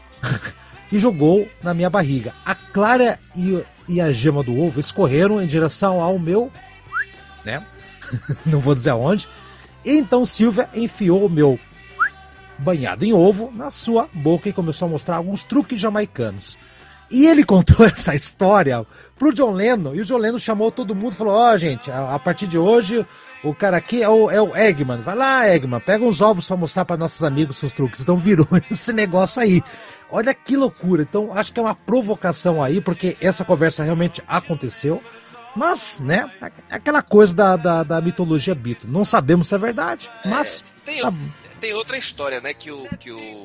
e jogou na minha barriga. A clara e, e a gema do ovo escorreram em direção ao meu, né? Não vou dizer aonde. E então Silvia enfiou o meu banhado em ovo na sua boca e começou a mostrar alguns truques jamaicanos. E ele contou essa história pro John Lennon, e o John Lennon chamou todo mundo e falou, ó, oh, gente, a, a partir de hoje, o cara aqui é o, é o Eggman. Vai lá, Eggman, pega uns ovos pra mostrar para nossos amigos seus truques. Então virou esse negócio aí. Olha que loucura. Então acho que é uma provocação aí, porque essa conversa realmente aconteceu. Mas, né, aquela coisa da, da, da mitologia Beatles. Não sabemos se é verdade, mas... É, tem, tá... tem outra história, né, que o... Que o...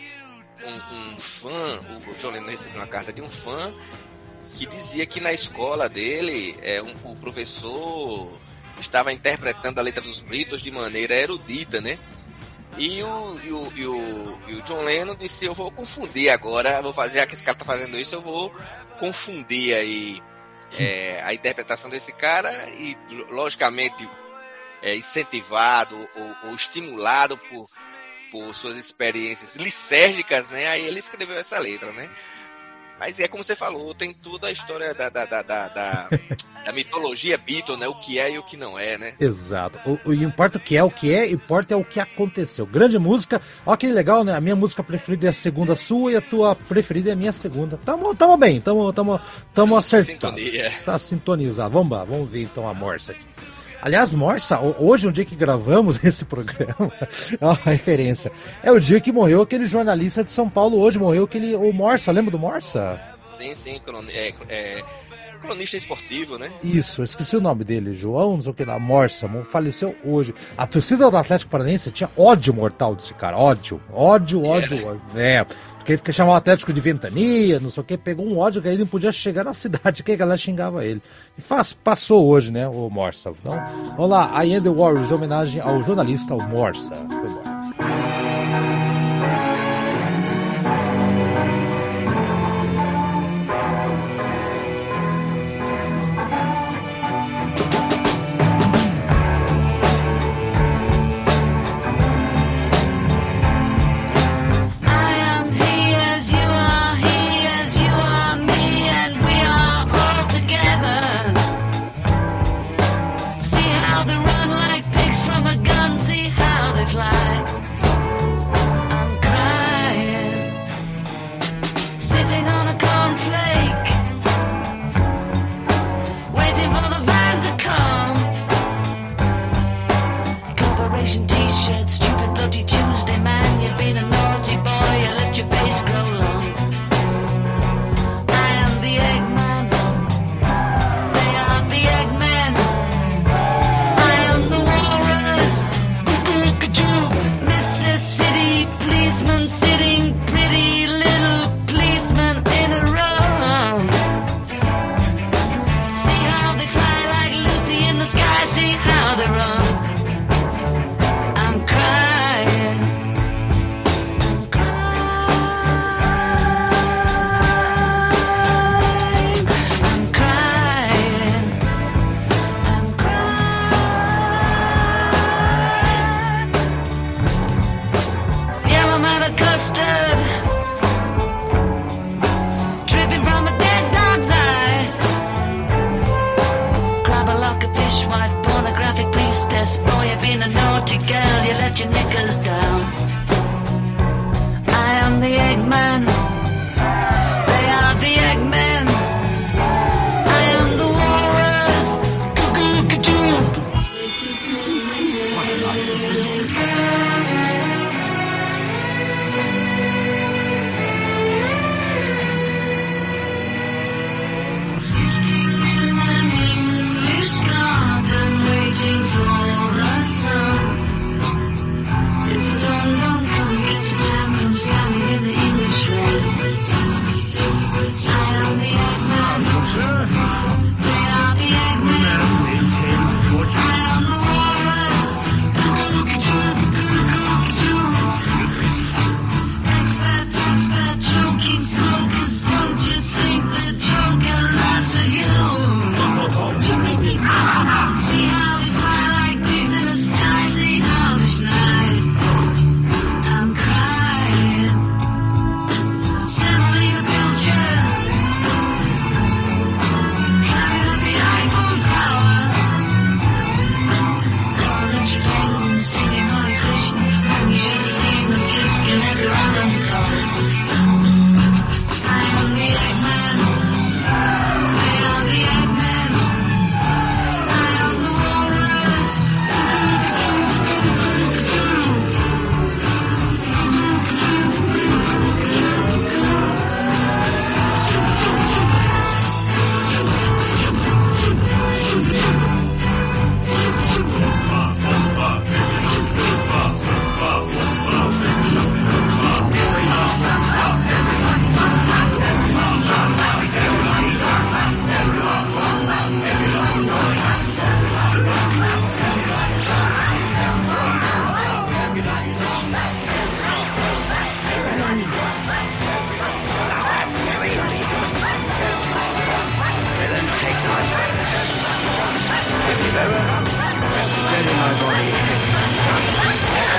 Um, um fã, o John Lennon recebeu uma carta de um fã que dizia que na escola dele é, um, o professor estava interpretando a letra dos Beatles de maneira erudita, né? E o, e o, e o, e o John Lennon disse, eu vou confundir agora, vou fazer, já que esse cara tá fazendo isso, eu vou confundir aí é, a interpretação desse cara e, logicamente, é, incentivado ou, ou estimulado por por suas experiências lisérgicas, né? Aí ele escreveu essa letra, né? Mas é como você falou, tem toda a história da, da, da, da, da, da mitologia Beatle, né? O que é e o que não é, né? Exato. O, o importa o que é, o que é, importa é o que aconteceu. Grande música. Ó, que legal, né? A minha música preferida é a segunda sua e a tua preferida é a minha segunda. Tamo, tamo bem, tamo, tamo, tamo acertando. Sintonia. Tá sintonizado. Vamos lá, vamos ver então a Morsa aqui. Aliás, Morsa, hoje, no dia que gravamos esse programa, é uma referência. É o dia que morreu aquele jornalista de São Paulo. Hoje morreu aquele, o Morsa, lembra do Morsa? Sim, sim, croni- é, é, cronista esportivo, né? Isso, eu esqueci o nome dele, João, não sei o que lá, Morsa, faleceu hoje. A torcida do Atlético Paranaense tinha ódio mortal desse cara, ódio, ódio, ódio, Yeah. ódio. É, porque ele chamava o Atlético de ventania, não sei o que, pegou um ódio que ele não podia chegar na cidade, que a galera xingava ele. E faz, passou hoje, né, o Morsa. Então, vamos lá, I Am The Warriors, homenagem ao jornalista, ao Morsa. Foi bom.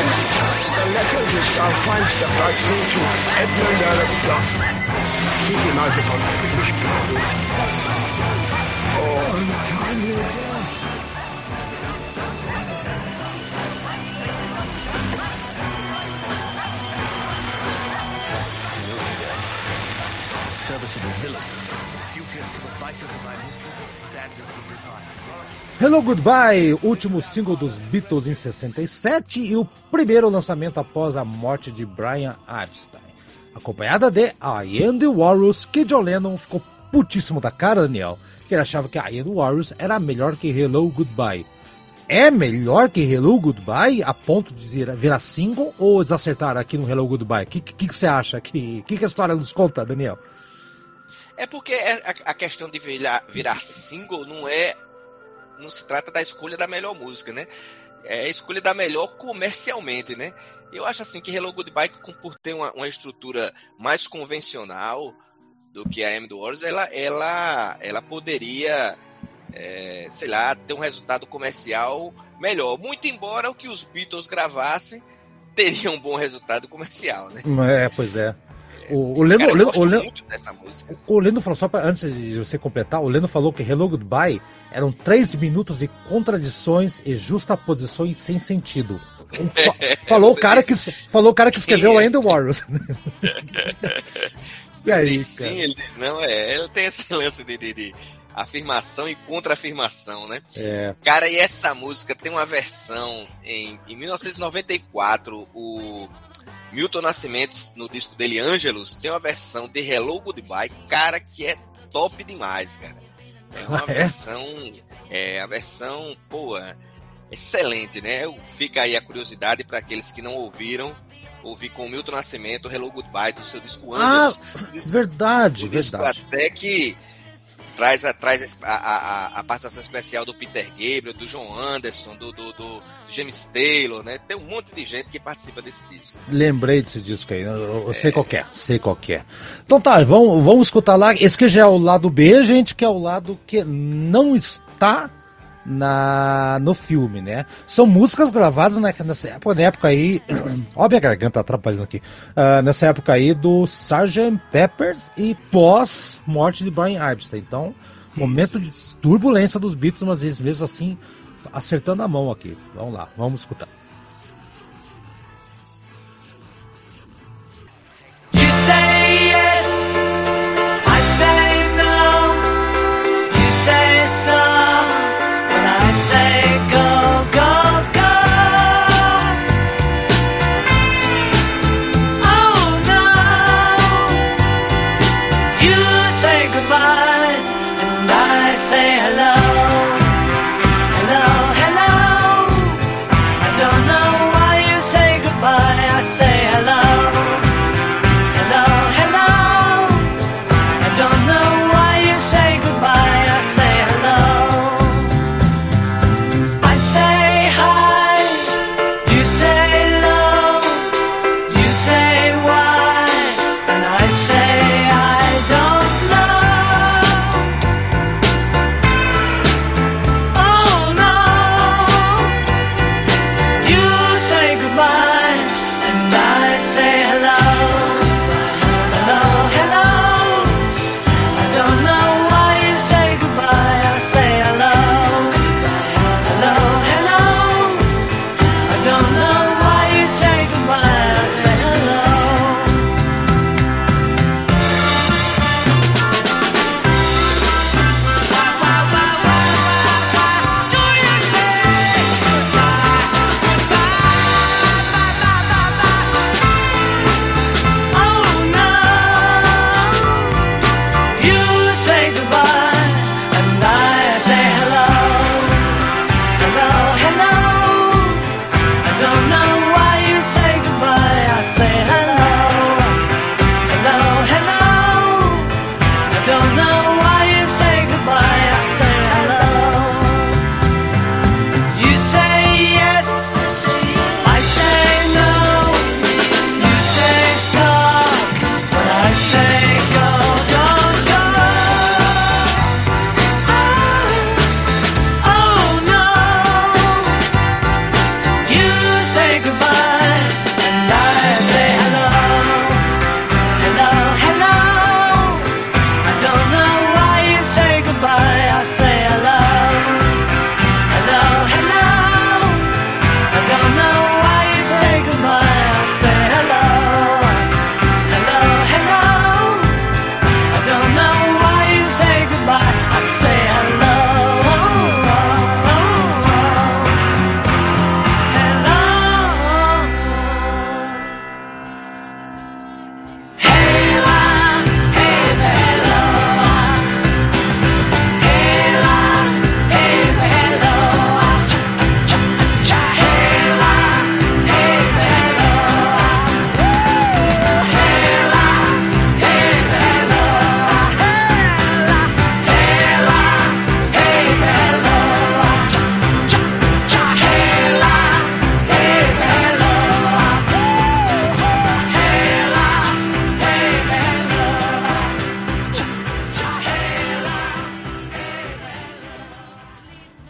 I'll find stuff like me to Edmund Alexander. Keep him Hello Goodbye, último single dos Beatles em sessenta e sete e o primeiro lançamento após a morte de Brian Epstein. Acompanhada de I Am The Walrus, que John Lennon ficou putíssimo da cara, Daniel, que ele achava que I Am The Walrus era melhor que Hello Goodbye. É melhor que Hello Goodbye a ponto de virar single ou desacertaram aqui no Hello Goodbye? O que, que, que você acha? O que, que, que a história nos conta, Daniel? É porque a, a questão de virar, virar single não é... Não se trata da escolha da melhor música, né? É a escolha da melhor comercialmente, né? Eu acho assim que Hello Goodbye, por ter uma, uma estrutura mais convencional do que a I Am The Walrus, ela, ela, ela poderia, é, sei lá, ter um resultado comercial melhor. Muito embora o que os Beatles gravassem teria um bom resultado comercial, né? É, pois é. O, o, Leno, Cara, eu o, Leno, gosto o, Leno, muito dessa música. o Leno falou, só pra, antes de você completar, o Leno falou que Hello Goodbye eram três minutos de contradições e justaposições sem sentido. Falou o cara que falou o cara que escreveu ainda o Warriors. E aí, sim, cara? ele diz, não, é, ele tem esse lance de, de, de afirmação e contra-afirmação, né? É. Cara, e essa música tem uma versão em, em mil novecentos e noventa e quatro, o Milton Nascimento, no disco dele, Angelus, tem uma versão de Hello Goodbye, cara, que é top demais, cara. É uma Ah, é? versão, é a versão, pô, excelente, né? Fica aí a curiosidade para aqueles que não ouviram, ouvir com o Milton Nascimento, Hello Goodbye, do seu disco Ah, Angelus. Disco, verdade, o disco verdade. até que traz, a, traz a, a, a participação especial do Peter Gabriel, do John Anderson, do, do, do James Taylor, né? Tem um monte de gente que participa desse disco. Lembrei desse disco aí, eu, eu sei qual que é, sei qual que é. Então tá, vamos, vamos escutar lá. Esse que já é o lado B, gente, que é o lado que não está na, no filme, né? São músicas gravadas na, nessa época, na época aí, ó a minha garganta atrapalhando aqui, uh, nessa época aí do sergeant Pepper e pós morte de Brian Epstein. Então, momento de turbulência dos Beatles, mas eles mesmo assim acertando a mão aqui. Vamos lá, vamos escutar. You say yes, I say no. You say stop, and I say go, go, go. Oh no, you say goodbye, and I say hello, hello, hello. I don't know.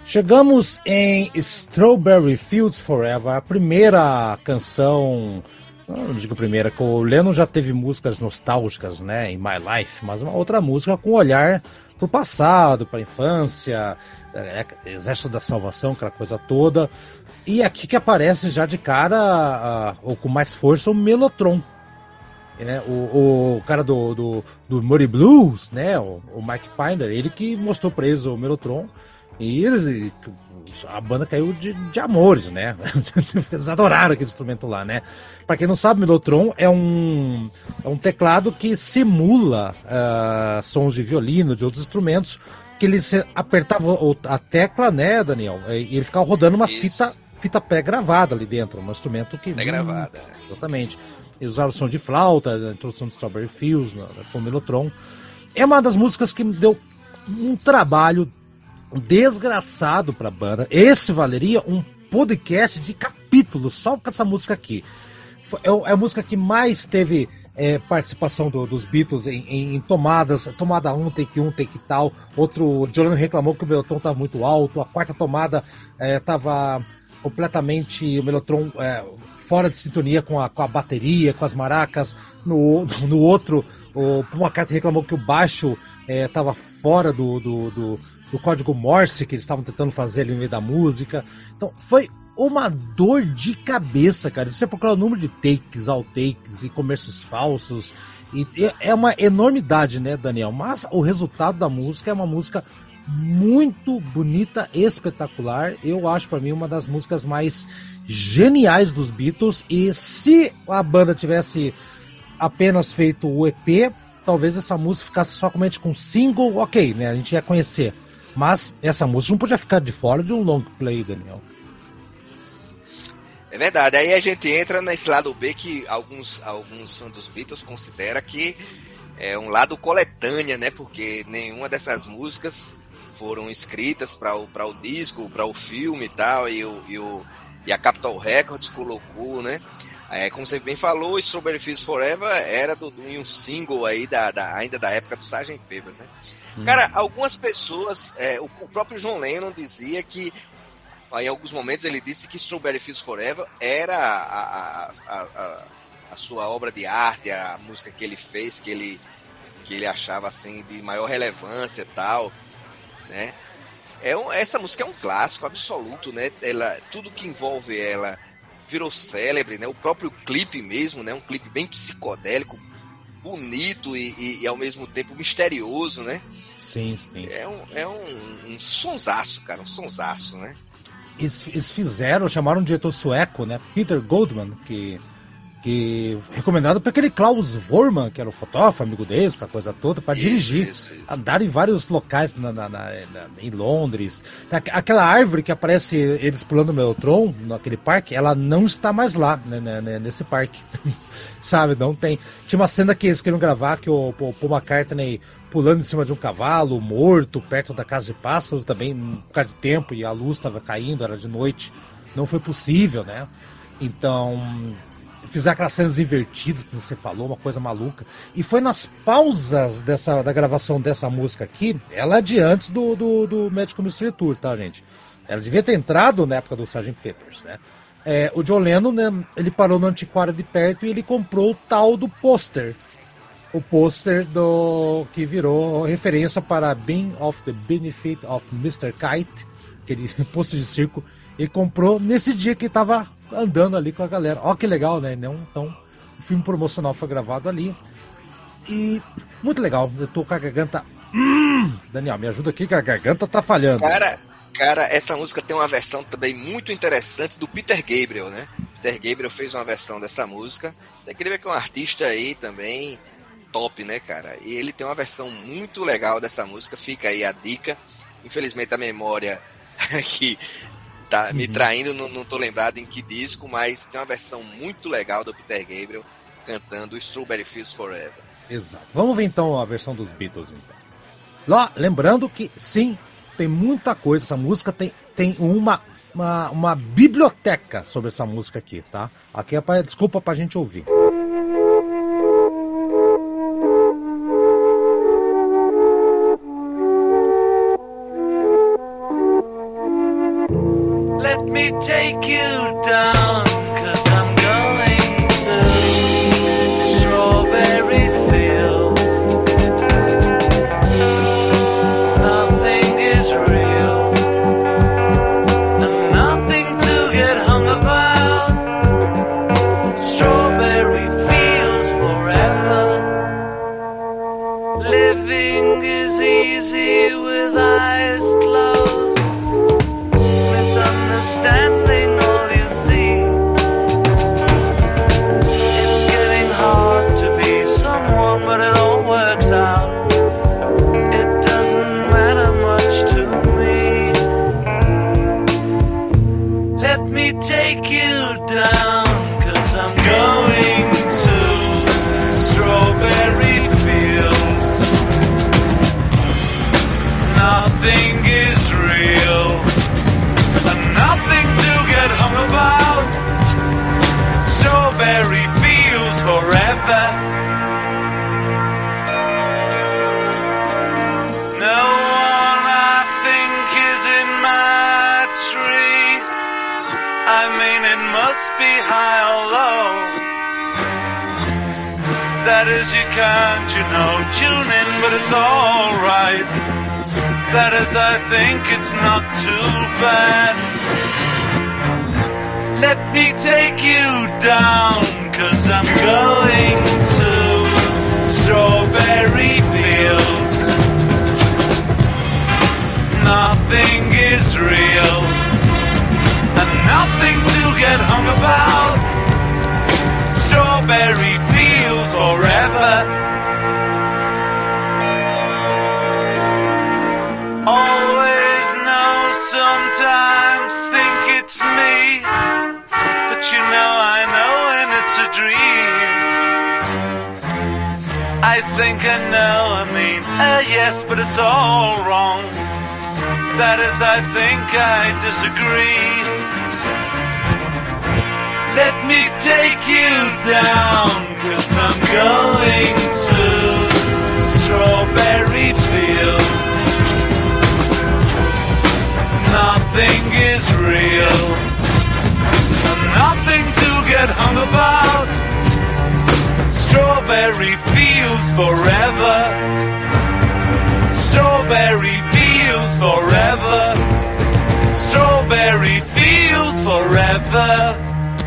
Chegamos em Strawberry Fields Forever, a primeira canção, não digo a primeira, que o Lennon já teve músicas nostálgicas, né, em My Life, mas uma outra música com olhar pro passado, pra infância, é, Exército da Salvação, aquela coisa toda, e aqui que aparece já de cara, a, ou com mais força, o Mellotron. Né, o, o cara do, do, do Moody Blues, né, o, o Mike Pinder, ele que mostrou pra eles o Mellotron, e eles, a banda caiu de, de amores, né? Eles adoraram aquele instrumento lá, né? Pra quem não sabe, o Mellotron é um, é um teclado que simula uh, sons de violino, de outros instrumentos, que ele apertava a tecla, né, Daniel? E ele ficava rodando uma Isso. fita, fita pré-gravada ali dentro, um instrumento que... Pré-gravada. Hum, exatamente. Eles usaram o som de flauta, a introdução de Strawberry Fields, com o Mellotron. É uma das músicas que me deu um trabalho desgraçado pra banda. Esse valeria um podcast de capítulos só com essa música aqui. É, é a música que mais teve é, participação do, dos Beatles em, em, em tomadas. Tomada um, take um, take tal. Outro, o John Lennon reclamou que o Mellotron estava muito alto. A quarta tomada estava é, completamente o Mellotron é, fora de sintonia com a, com a bateria, com as maracas. No, no outro, o Paul McCartney reclamou que o baixo estava é, fora do, do, do, do código Morse que eles estavam tentando fazer ali no meio da música. Então foi uma dor de cabeça, cara. Se você procurar o número de takes, outtakes e comércios falsos, e é uma enormidade, né, Daniel? Mas o resultado da música é uma música muito bonita, espetacular. Eu acho para mim uma das músicas mais geniais dos Beatles. E se a banda tivesse apenas feito o E P, talvez essa música ficasse somente com single, ok, né? A gente ia conhecer. Mas essa música não podia ficar de fora de um long play, Daniel. É verdade. Aí a gente entra nesse lado B que alguns, alguns fãs dos Beatles consideram que é um lado coletânea, né? Porque nenhuma dessas músicas foram escritas para o, para o disco, para o filme e tal, e, o, e, o, e a Capitol Records colocou, né? É, como você bem falou, Strawberry Fields Forever era do, do, um single aí da, da, ainda da época do sargento Pepper, né? Hum. Cara, algumas pessoas, é, o, o próprio John Lennon dizia que, em alguns momentos ele disse que Strawberry Fields Forever era a, a, a, a, a sua obra de arte, a música que ele fez, que ele, que ele achava assim de maior relevância e tal, né? É um, essa música é um clássico absoluto, né? Ela, tudo que envolve ela virou célebre, né? O próprio clipe mesmo, né? Um clipe bem psicodélico, bonito e, e, e ao mesmo tempo misterioso, né? Sim, sim. É um, é um, um sonsaço, cara, um sonsaço, né? Eles, eles fizeram, chamaram um diretor sueco, né? Peter Goldman, que, que recomendado por aquele Klaus Vormann, que era o fotógrafo, amigo deles, aquela coisa toda, para dirigir. Isso, isso. Andar em vários locais na, na, na, na, em Londres. Aquela árvore que aparece eles pulando o Mellotron, naquele parque, ela não está mais lá, né, né, nesse parque. Sabe, não tem. Tinha uma cena que eles queriam gravar, que o, o Paul McCartney pulando em cima de um cavalo, morto, perto da casa de pássaros, também por causa de tempo, e a luz estava caindo, era de noite. Não foi possível, né? Então, fizeram aquelas cenas invertidas que você falou, uma coisa maluca. E foi nas pausas dessa, da gravação dessa música aqui, ela é de antes do, do, do Magical Mystery Tour, tá, gente? Ela devia ter entrado na época do sargento Pepper's, né? É, o John Lennon, né, ele parou no antiquário de perto e ele comprou o tal do pôster. O pôster do que virou referência para Being of the Benefit of mister Kite, aquele pôster de circo. Ele comprou nesse dia que estava andando ali com a galera. Ó, que legal, né? Então, o filme promocional foi gravado ali. E muito legal. Eu tô com a garganta. Hum, Daniel, me ajuda aqui que a garganta tá falhando. Cara, cara, essa música tem uma versão também muito interessante do Peter Gabriel, né? Peter Gabriel fez uma versão dessa música. Peter Gabriel que é um artista aí também top, né, cara? E ele tem uma versão muito legal dessa música. Fica aí a dica. Infelizmente a memória que tá me traindo, não, não tô lembrado em que disco, mas tem uma versão muito legal do Peter Gabriel cantando Strawberry Fields Forever. Exato. Vamos ver então a versão dos Beatles, então. Lá, lembrando que sim, tem muita coisa, essa música tem, tem uma, uma, uma biblioteca sobre essa música aqui, tá? Aqui é pra, desculpa pra gente ouvir. me take you down, 'cause I'm going to strawberry fields. Nothing is real, and nothing to get hung about. Strawberry fields forever. Living is easy with eyes closed. Misunderstanding all you see. It's getting hard to be someone, but it all works out. It doesn't matter much to me. Let me take you down, 'cause I'm going to strawberry fields. Nothing is real, and nothing to get hung about. Strawberry fields forever. No one I think is in my tree. I mean, it must be high or low. That is, you can't, you know, tune in, but it's alright. That is, I think it's not too bad. Let me take you down, 'cause I'm going to strawberry fields. Nothing is real, and nothing to get hung about. Strawberry fields forever. Always know, sometimes think it's me, but you know I know when it's a dream. I think I know, I mean, uh, yes, but it's all wrong. That is, I think I disagree. Let me take you down, 'cause I'm going to strawberry fields. Nothing is real, and nothing to get hung about. Strawberry fields forever. Strawberry fields forever. Strawberry fields forever.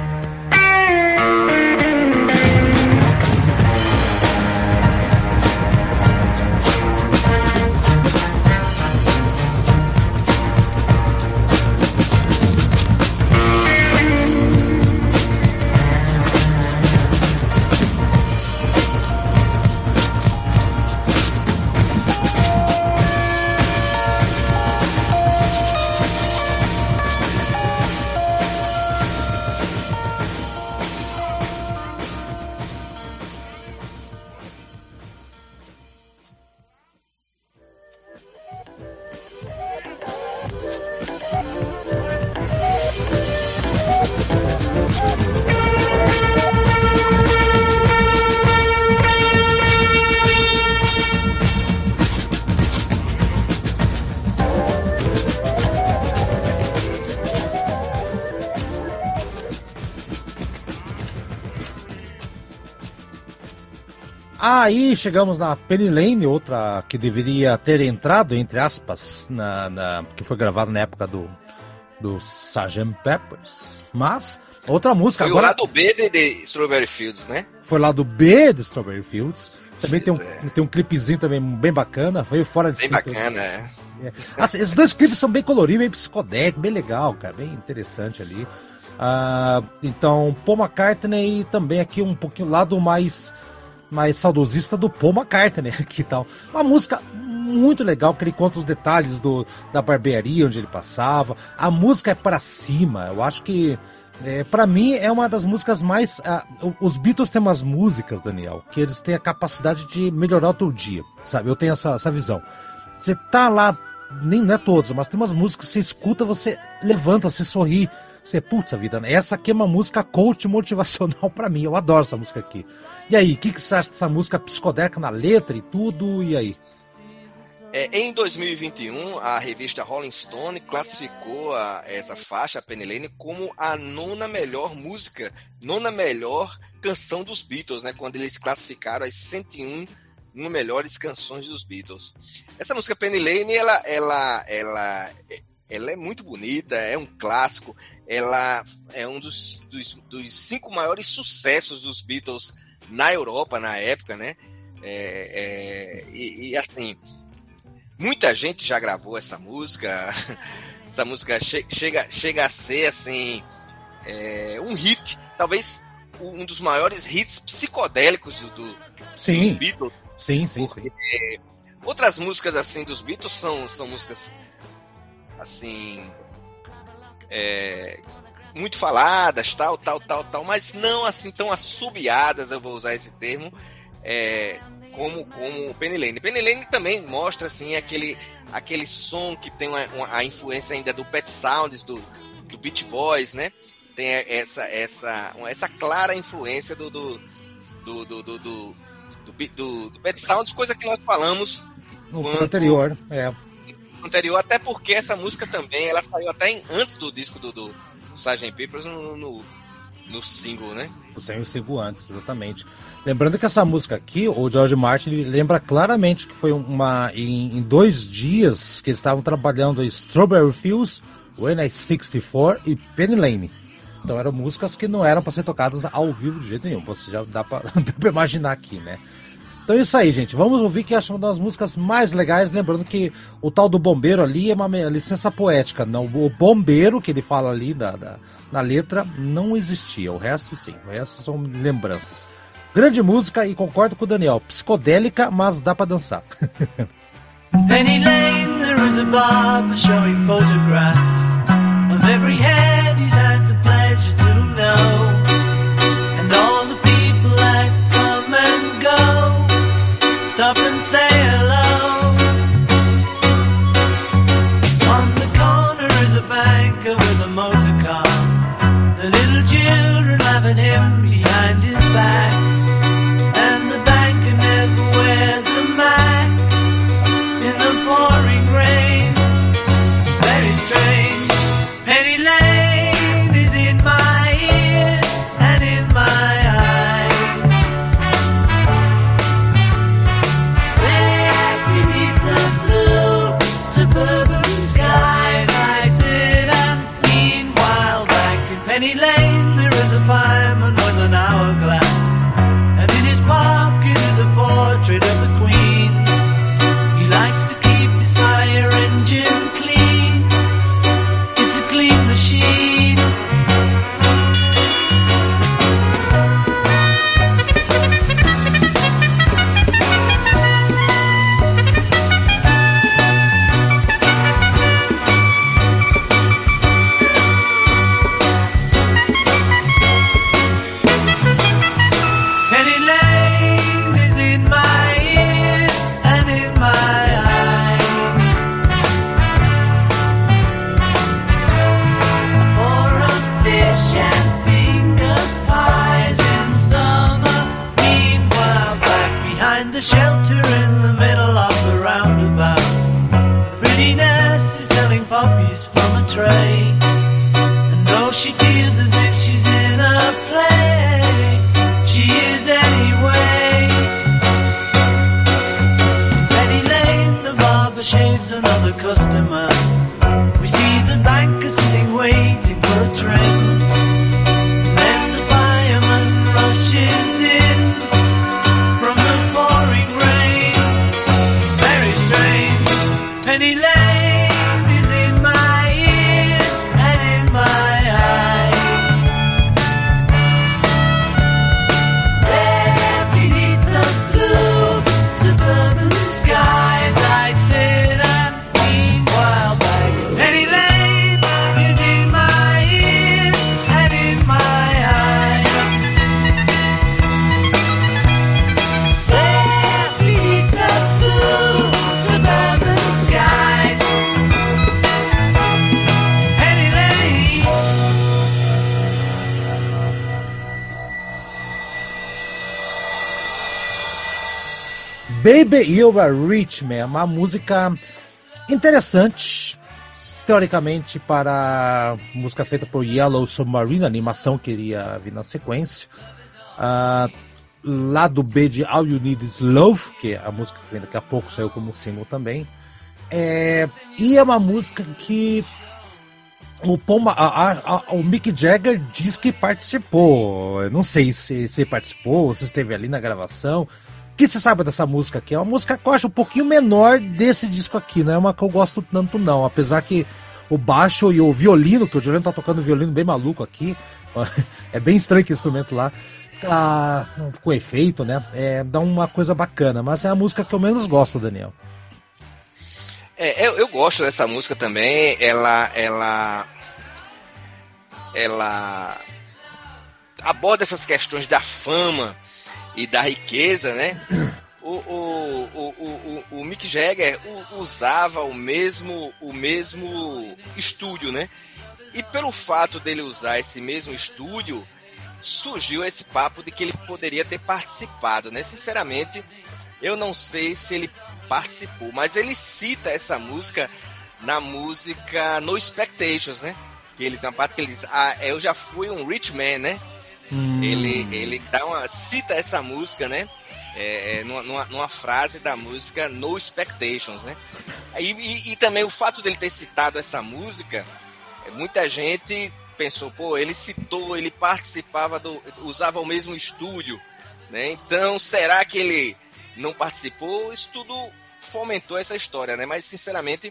Aí chegamos na Penny Lane, outra que deveria ter entrado, entre aspas, na, na, que foi gravada na época do, do sergeant Pepper's. Mas, outra música foi agora... Foi o lado B de, de Strawberry Fields, né? Foi lá do B de Strawberry Fields. Também tem um, é. tem um clipezinho também bem bacana. Foi fora de Bem bacana, é. é. Assim, esses dois clipes são bem coloridos, bem psicodélicos, bem legal, cara. Bem interessante ali. Ah, então, Paul McCartney também aqui um pouquinho lado mais... mais saudosista do Paul McCartney aqui e tal. Uma música muito legal, que ele conta os detalhes do, da barbearia onde ele passava. A música é pra cima. Eu acho que, é, pra mim, é uma das músicas mais... Uh, os Beatles têm umas músicas, Daniel, que eles têm a capacidade de melhorar o teu dia, sabe? Eu tenho essa, essa visão. Você tá lá, nem não é todas, mas tem umas músicas que você escuta, você levanta, você sorri. Você, putz, a vida, né? Essa aqui é uma música coach motivacional pra mim. Eu adoro essa música aqui. E aí, o que, que você acha dessa música psicodélica na letra e tudo? E aí? É, em dois mil e vinte e um, a revista Rolling Stone classificou a, essa faixa, a Penny Lane, como a nona melhor música, nona melhor canção dos Beatles, né? Quando eles classificaram as cento e um uma melhores canções dos Beatles. Essa música Penny Lane, ela, ela, ela, ela é muito bonita, é um clássico, ela é um dos, dos, dos cinco maiores sucessos dos Beatles na Europa, na época, né? É, é, e, e assim, muita gente já gravou essa música. Essa música che- chega, chega a ser assim, é, um hit, talvez um dos maiores hits psicodélicos do, do, dos Beatles. Sim, sim, Porque sim. Outras músicas assim dos Beatles são, são músicas assim, é, muito faladas, tal, tal, tal, tal, mas não assim tão assobiadas, eu vou usar esse termo, é, como, como Penny Lane. Penny Lane também mostra assim, aquele, aquele som que tem uma, uma, a influência ainda do Pet Sounds, do, do Beach Boys, né? Tem essa, essa, essa clara influência do, do, do, do, do, do Do, do, do Pet Sounds, coisa que nós falamos no quando, anterior, é. anterior, até porque essa música também, ela saiu até em, antes do disco do, do, do sargento Pepper's no, no, no single, né? Saiu o single antes, exatamente. Lembrando que essa música aqui, o George Martin lembra claramente que foi uma em, em dois dias que eles estavam trabalhando em Strawberry Fields, When I sixty four e Penny Lane. Então eram músicas que não eram para ser tocadas ao vivo de jeito nenhum. Você já dá para imaginar aqui, né? Então é isso aí, gente. Vamos ouvir que acho uma das músicas mais legais. Lembrando que o tal do bombeiro ali é uma licença poética. Não, o bombeiro que ele fala ali da, da, na letra não existia. O resto sim. O resto são lembranças. Grande música e concordo com o Daniel. Psicodélica, mas dá para dançar. Penny Lane, there is a barber showing photographs of every head he's had the pleasure to know, and all the people that come and go stop and say hello. On the corner is a banker with a motor car, the little children laugh at him behind his back, and the banker never wears a mask in the pouring rain. Very strange. Penny Lane is in my ears and in my eyes. There beneath the blue suburban skies I sit, and meanwhile back in Penny Lane there is a fireman with an hourglass, and in his pocket is a portrait of the Queen. He likes to keep his fire engine clean. It's a clean machine. Penny Lane is in my ears and in my eyes. For a fish and finger pies in summer. Meanwhile, back behind the shelter in the middle of the roundabout, a pretty nurse is selling poppies from a tray, and though she feels as if she's in a play, she is anyway. In Penny Lane, the barber shaves another customer. We see the banker sitting waiting for a trim. Then the fireman rushes in from the pouring rain. Very strange. Penny Lane is in my ears and in my eyes. There beneath the blue suburban skies I sit, and meanwhile back in Penny Lane Baby You're a Rich Man, uma música interessante, teoricamente para música feita por Yellow Submarine, animação que iria vir na sequência, uh, lá do B de All You Need Is Love, que é a música que vem daqui a pouco, saiu como single também, é, e é uma música que o, Paul, a, a, a, o Mick Jagger diz que participou. Eu não sei se, se participou, se esteve ali na gravação. O que você sabe dessa música aqui? É uma música que eu acho um pouquinho menor desse disco aqui, não é uma que eu gosto tanto não, apesar que o baixo e o violino, que o Juliano tá tocando violino bem maluco aqui, é bem estranho que instrumento lá, tá com efeito, né? É, dá uma coisa bacana, mas é a música que eu menos gosto, Daniel. É, eu, eu gosto dessa música também. Ela, ela, ela aborda essas questões da fama e da riqueza, né? O, o, o, o, o Mick Jagger usava o mesmo, o mesmo estúdio, né? E pelo fato dele usar esse mesmo estúdio, surgiu esse papo de que ele poderia ter participado, né? Sinceramente, eu não sei se ele participou, mas ele cita essa música na música No Expectations, né? Que ele tem uma parte que ele diz, ah, eu já fui um rich man, né? Hum. Ele, ele dá uma, cita essa música, né? É, numa, numa frase da música No Expectations, né? E, e, e também o fato dele ter citado essa música, muita gente pensou, pô, ele citou, ele participava do, usava o mesmo estúdio, né? Então, será que ele não participou? Isso tudo fomentou essa história, né? Mas, sinceramente,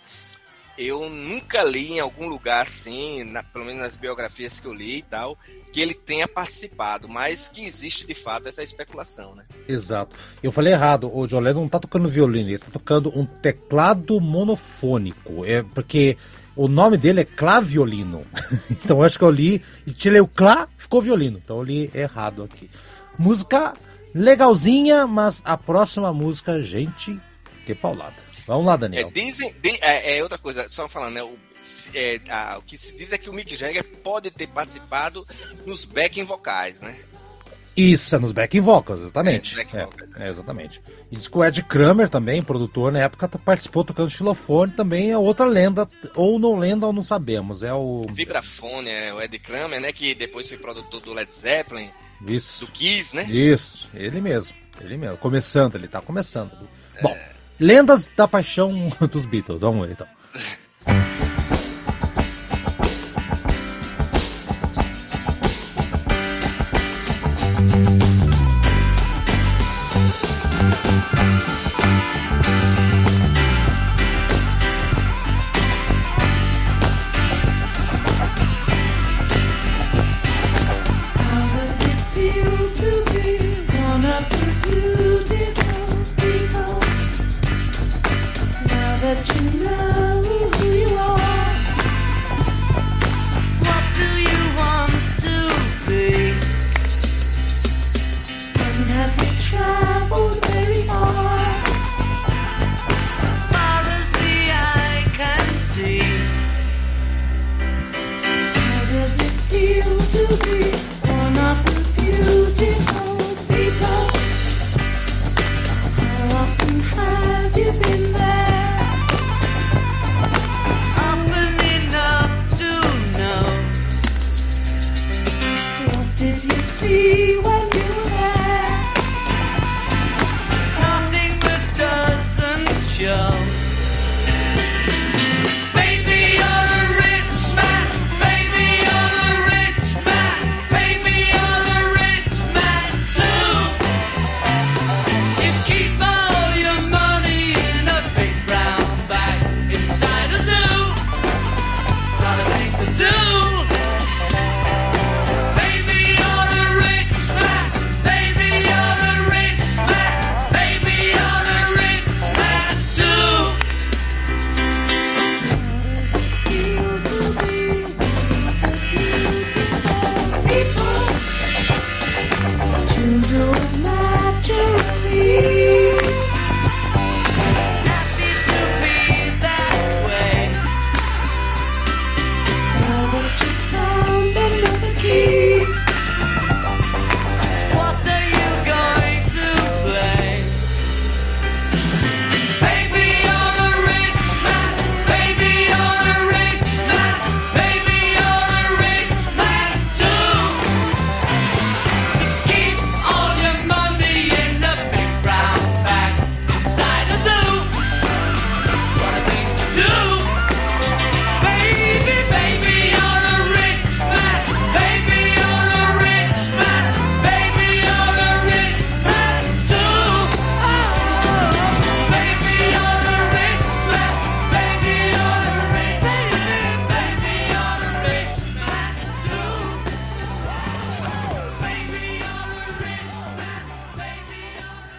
eu nunca li em algum lugar assim, na, pelo menos nas biografias que eu li e tal, que ele tenha participado, mas que existe de fato essa especulação, né? Exato. Eu falei errado, o John Lennon não tá tocando violino, ele tá tocando um teclado monofônico, é porque o nome dele é claviolino. Então eu acho que eu li e tirei o clá, ficou violino. Então eu li errado aqui. Música legalzinha, mas a próxima música, gente, que paulada. Vamos lá, Daniel. É, dizem, de, é, é outra coisa, só falando, né? O, é, a, o que se diz é que o Mick Jagger pode ter participado nos backing vocais, né? Isso, é nos backing vocals, exatamente. É, backing é, vocals, é. É, exatamente. E diz que o Ed Kramer também, produtor, na época participou tocando xilofone, também é outra lenda, ou não lenda ou não sabemos. É o vibrafone, é o Ed Kramer, né? Que depois foi produtor do Led Zeppelin, isso. Do Kiss, né? Isso, ele mesmo, ele mesmo. Começando, ele tá começando. É... Bom, lendas da paixão dos Beatles, vamos ver então. Baby, you're a rich man. Baby, you're a rich man.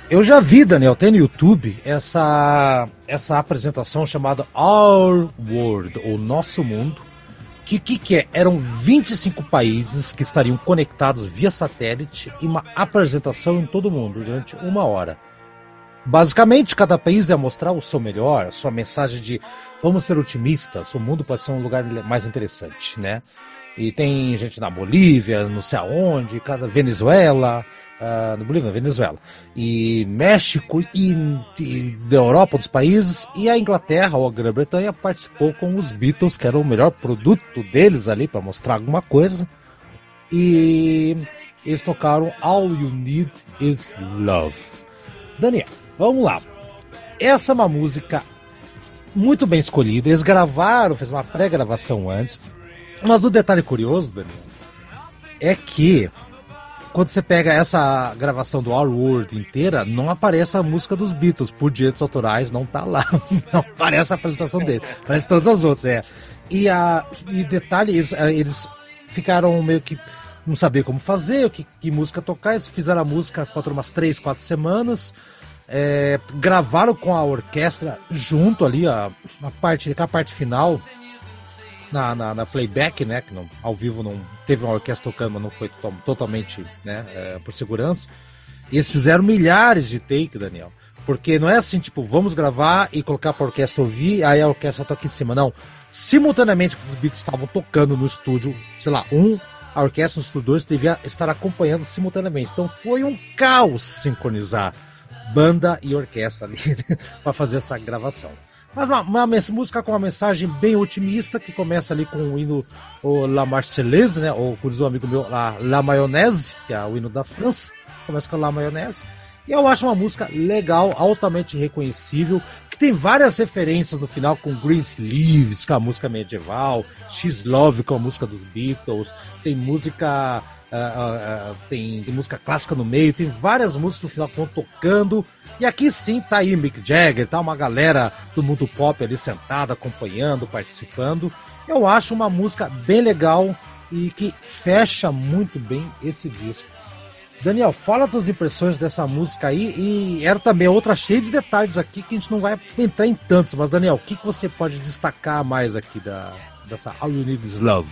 Eu já vi, Daniel, tem no YouTube essa, essa apresentação chamada Our World, ou Nosso Mundo. Que que, que é? Eram vinte e cinco países que estariam conectados via satélite e uma apresentação em todo mundo durante uma hora. Basicamente, cada país ia mostrar o seu melhor, a sua mensagem de vamos ser otimistas, o mundo pode ser um lugar mais interessante, né? E tem gente na Bolívia, não sei aonde, cada Venezuela, uh, no Bolívia, Venezuela, e México e, e da Europa, dos países, e a Inglaterra ou a Grã-Bretanha participou com os Beatles, que era o melhor produto deles ali para mostrar alguma coisa, e eles tocaram All You Need Is Love. Daniel, vamos lá. Essa é uma música muito bem escolhida. Eles gravaram, fez uma pré-gravação antes. Mas o detalhe curioso, Daniel, é que quando você pega essa gravação do Our World inteira, não aparece a música dos Beatles. Por direitos autorais, não tá lá. Não aparece a apresentação dele. Aparece todas as outras, é. E, a, e detalhe, eles, eles ficaram meio que não saber como fazer, que, que música tocar. Eles fizeram a música, faltam umas três, quatro semanas. É, gravaram com a orquestra junto ali, a, a, parte, a parte final, na, na, na playback, né? Que não, ao vivo não teve uma orquestra tocando, mas não foi to, totalmente, né, é, por segurança. E eles fizeram milhares de take, Daniel. Porque não é assim, tipo, vamos gravar e colocar pra orquestra ouvir, aí a orquestra toca em cima. Não. Simultaneamente, os Beatles estavam tocando no estúdio, sei lá, um. A orquestra, os dois, devia estar acompanhando simultaneamente. Então foi um caos sincronizar banda e orquestra ali para fazer essa gravação. Mas uma, uma música com uma mensagem bem otimista, que começa ali com o hino o La Marseillaise, né? Ou, como diz um amigo meu, La, La Mayonnaise, que é o hino da França. Começa com La Mayonnaise. E eu acho uma música legal, altamente reconhecível, que tem várias referências no final com Greensleeves, que é a música medieval, She's Love, com a música dos Beatles, tem música, uh, uh, uh, tem, tem música clássica no meio, tem várias músicas no final que estão tocando, e aqui sim tá aí Mick Jagger, tá uma galera do mundo pop ali sentada, acompanhando, participando. Eu acho uma música bem legal e que fecha muito bem esse disco. Daniel, fala as tuas impressões dessa música aí, e era também outra cheia de detalhes aqui que a gente não vai entrar em tantos, mas Daniel, o que, que você pode destacar mais aqui da, dessa All You Need Is Love?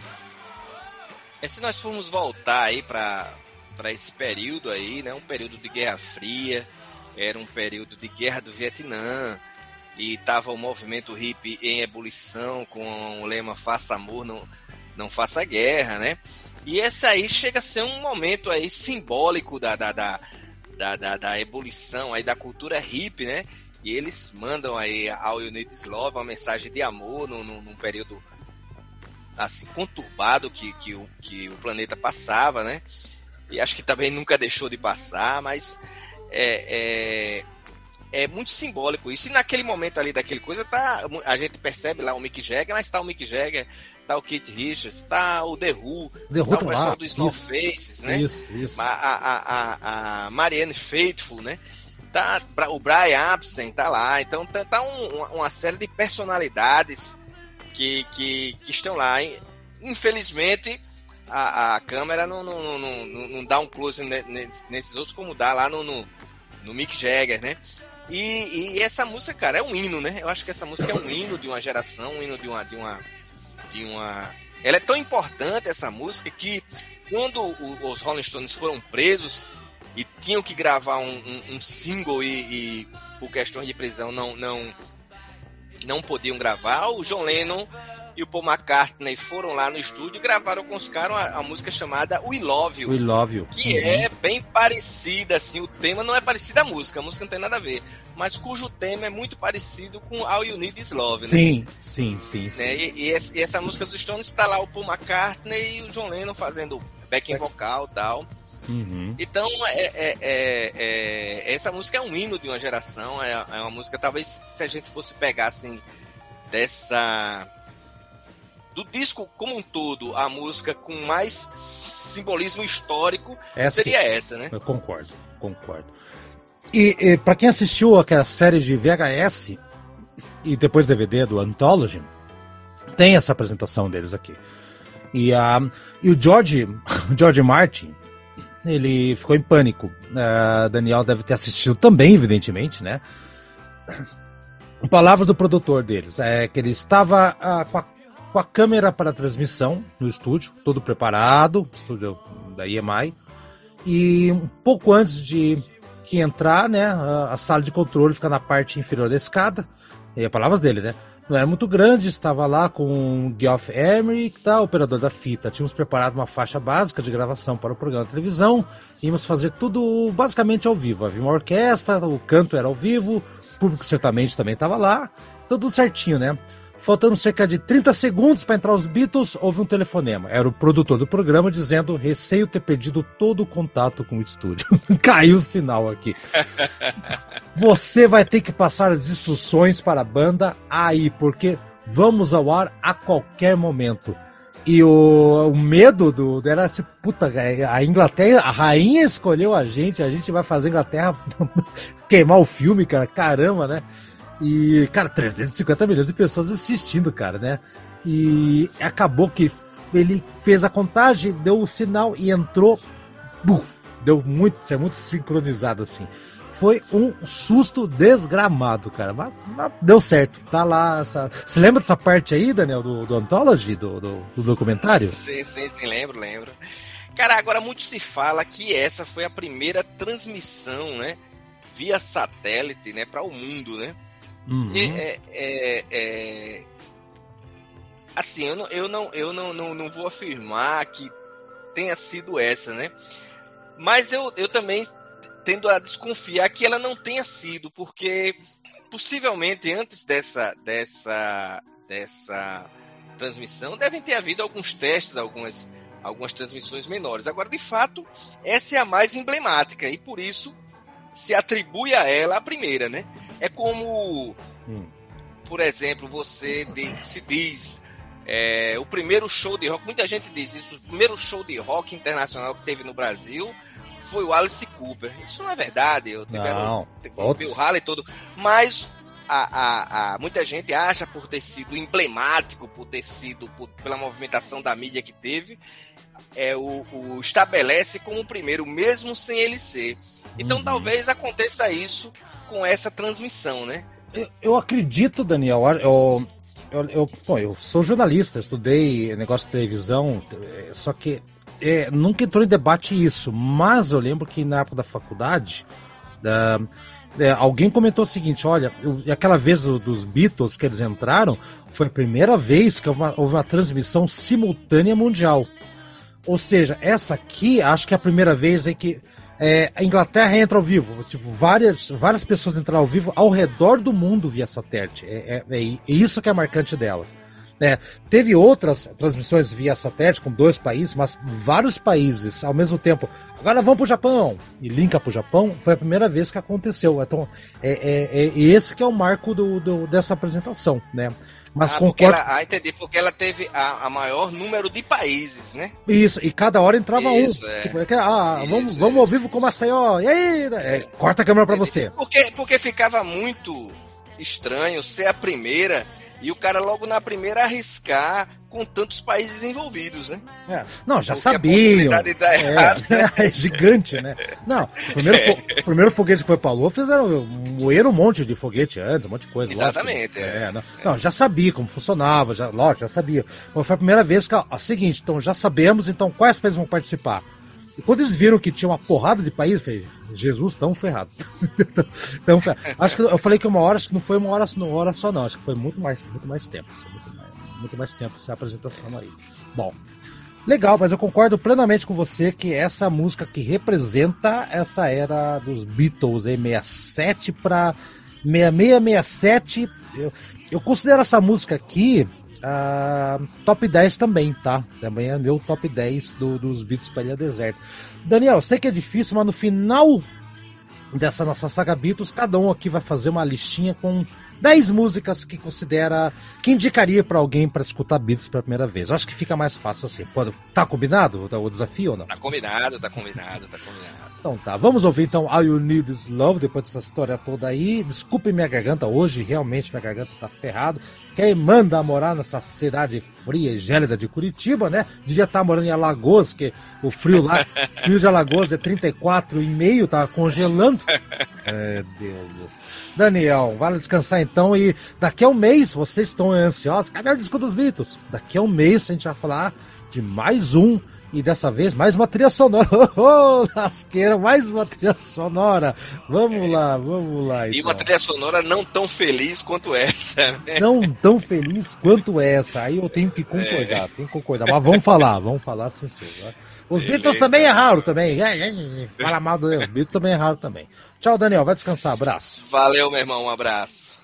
É, se nós formos voltar aí para para esse período aí, né, um período de Guerra Fria, era um período de Guerra do Vietnã, e estava o movimento hippie em ebulição com o lema Faça Amor, não, não faça guerra, né? E esse aí chega a ser um momento aí simbólico da, da, da, da, da, da ebulição aí da cultura hippie, né? E eles mandam aí All You Need Is Love, uma mensagem de amor num, num, num período assim conturbado que, que, o, que o planeta passava, né? E acho que também nunca deixou de passar, mas é, é, é muito simbólico isso. E naquele momento ali daquele coisa, tá, a gente percebe lá o Mick Jagger, mas tá o Mick Jagger, tá o Keith Richards, tá o The Who, The Who tá tá o pessoal lá. do Snowfaces, né? Isso, isso. A, a, a, a Marianne Faithfull, né? Tá, o Brian Epstein tá lá. Então tá, tá um, uma série de personalidades que, que, que estão lá. Infelizmente, a, a câmera não, não, não, não, não dá um close nesses outros como dá lá no, no, no Mick Jagger, né? E, e essa música, cara, é um hino, né? Eu acho que essa música é um hino de uma geração, um hino de uma... De uma de uma... Ela é tão importante, essa música, que quando o, os Rolling Stones foram presos e tinham que gravar um, um, um single e, e por questões de prisão não, não, não podiam gravar, o John Lennon e o Paul McCartney foram lá no estúdio e gravaram com os caras a, a música chamada We Love You. We Love You. Que uhum. é bem parecida, assim, o tema não é parecido à música, a música não tem nada a ver, mas cujo tema é muito parecido com All You Need Is Love, né? Sim, sim, sim. sim. Né? E, e, essa, e essa música dos Stones está lá o Paul McCartney e o John Lennon fazendo backing vocal e tal. Uhum. Então, é, é, é, é, essa música é um hino de uma geração, é, é uma música, talvez, se a gente fosse pegar, assim, dessa... do disco como um todo, a música com mais simbolismo histórico essa seria que... essa, né? Eu concordo, concordo. E, e para quem assistiu aquela série de V H S e depois D V D do Anthology, tem essa apresentação deles aqui. E, a, e o George, George Martin, ele ficou em pânico. Uh, Daniel deve ter assistido também, evidentemente, né? Palavras do produtor deles, é que ele estava uh, com, a, com a câmera para a transmissão no estúdio, todo preparado, estúdio da E M I, e um pouco antes de que entrar, né, a, a sala de controle fica na parte inferior da escada, e as palavras dele, né? Não era muito grande, estava lá com o Geoff Emerick, tá, operador da fita. Tínhamos preparado uma faixa básica de gravação para o programa de televisão. Íamos fazer tudo basicamente ao vivo. Havia uma orquestra, o canto era ao vivo, o público certamente também estava lá. Tudo certinho, né? Faltando cerca de trinta segundos para entrar os Beatles, houve um telefonema. Era o produtor do programa dizendo: receio ter perdido todo o contato com o estúdio. Caiu o sinal aqui. Você vai ter que passar as instruções para a banda aí, porque vamos ao ar a qualquer momento. E o, o medo do era assim, puta, a Inglaterra, a rainha escolheu a gente, a gente vai fazer a Inglaterra queimar o filme, cara, caramba, né? E, cara, trezentos e cinquenta milhões de pessoas assistindo, cara, né? E acabou que ele fez a contagem, deu o sinal e entrou, buf, deu muito, é muito sincronizado assim. Foi um susto desgramado, cara, mas, mas deu certo, tá lá. Essa... Você lembra dessa parte aí, Daniel, do, do Anthology, do, do, do documentário? Sim, sim, sim, lembro, lembro. Cara, agora muito se fala que essa foi a primeira transmissão, né, via satélite, né, para o mundo, né? Uhum. E, é, é, é... Assim, eu, não, eu, não, eu não, não, não vou afirmar que tenha sido essa, né? Mas eu, eu também tendo a desconfiar que ela não tenha sido, porque possivelmente antes dessa, dessa, dessa transmissão devem ter havido alguns testes, algumas, algumas transmissões menores. Agora, de fato, essa é a mais emblemática e por isso se atribui a ela a primeira, né? É como, hum. por exemplo, você de, se diz é, o primeiro show de rock, muita gente diz isso, o primeiro show de rock internacional que teve no Brasil foi o Alice Cooper. Isso não é verdade, eu tiveram o Bill Haley todo, mas a, a, a, muita gente acha por ter sido emblemático, por ter sido, por, pela movimentação da mídia que teve, é, o, o estabelece como o primeiro, mesmo sem ele ser. Então uhum. talvez aconteça isso com essa transmissão, né? Eu, eu acredito, Daniel, eu, eu, eu, bom, eu sou jornalista, estudei negócio de televisão, só que é, nunca entrou em debate isso, mas eu lembro que na época da faculdade, uh, é, alguém comentou o seguinte, olha, eu, aquela vez do, dos Beatles que eles entraram, foi a primeira vez que houve uma, houve uma transmissão simultânea mundial. Ou seja, essa aqui, acho que é a primeira vez aí que é, a Inglaterra entra ao vivo. Tipo, várias, várias pessoas entraram ao vivo ao redor do mundo via satélite. É, é, é isso que é marcante dela. É, teve outras transmissões via satélite com dois países, mas vários países ao mesmo tempo. Agora vamos pro Japão e linka pro Japão. Foi a primeira vez que aconteceu. Então, é, é, é esse que é o marco do, do, dessa apresentação, né? Mas ah, concordo... porque ela, ah, entendi, porque ela teve a, a maior número de países, né? Isso, e cada hora entrava isso, um. É. Tipo, é que, ah, isso, vamos, isso. vamos ao vivo com o Maceió. E aí? É, corta a câmera pra você. Porque, porque ficava muito estranho ser a primeira e o cara logo na primeira arriscar com tantos países envolvidos, né? É. Não, já porque sabiam. A possibilidade de dar errado, é, né? é gigante, né? Não, o primeiro, fo- primeiro foguete que foi pra Lua fizeram moeram um monte de foguete antes, um monte de coisa. Exatamente. Lógico. É. É, não, não, já sabia como funcionava, já, lógico, já sabia. Mas foi a primeira vez que, ó, ó, seguinte, então já sabemos, então quais países vão participar? E quando eles viram que tinha uma porrada de países, eu falei, Jesus, tão ferrado. Então, acho que eu falei que uma hora, acho que não foi uma hora, uma hora só, não. Acho que foi muito mais, muito mais tempo. Muito mais, muito mais tempo essa apresentação aí. Bom, legal, mas eu concordo plenamente com você que essa música que representa essa era dos Beatles, aí, sessenta e sete para sessenta e seis, sessenta e sete. Eu, eu considero essa música aqui Uh, top dez também, tá? Também é meu top dez do, dos Beatles para Ilha Deserta. Daniel, sei que é difícil, mas no final dessa nossa saga Beatles, cada um aqui vai fazer uma listinha com dez músicas que considera, que indicaria pra alguém pra escutar Beatles pela primeira vez. Eu acho que fica mais fácil assim. Pode, tá combinado o desafio ou não? Tá combinado, tá combinado, tá combinado. Então tá, vamos ouvir então All You Need Is Love, depois dessa história toda aí. Desculpe minha garganta, hoje realmente minha garganta tá ferrada. Quem manda morar nessa cidade fria e gélida de Curitiba, né? Devia estar morando em Alagoas, que o frio lá, o frio de Alagoas é trinta e quatro e meio, tá congelando. É, Deus do céu. Daniel, vale descansar então, e daqui a um mês, vocês estão ansiosos, cadê o disco dos Beatles? Daqui a um mês a gente vai falar de mais um, e dessa vez mais uma trilha sonora. Oh, lasqueira, mais uma trilha sonora. Vamos é. lá, vamos lá. Então. E uma trilha sonora não tão feliz quanto essa, né? Não tão feliz quanto essa, aí eu tenho que concordar, é. tenho que concordar, mas vamos falar, vamos falar sim, sim. Os Beleza. Beatles também erraram também, fala mal do Beatles também erraram também. Tchau, Daniel, vai descansar, abraço. Valeu, meu irmão, um abraço.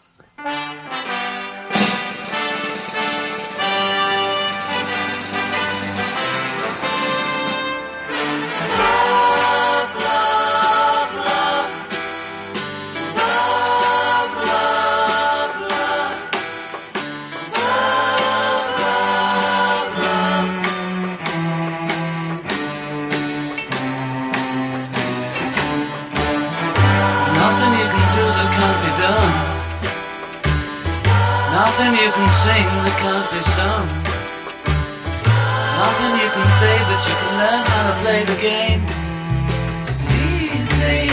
Nothing you can sing that can't be sung. Nothing you can say, but you can learn how to play the game. It's easy.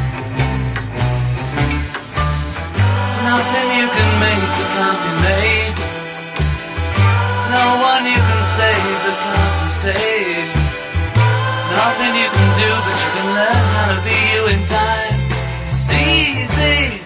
Nothing you can make that can't be made. No one you can save that can't be saved. Nothing you can do, but you can learn how to be you in time. It's easy.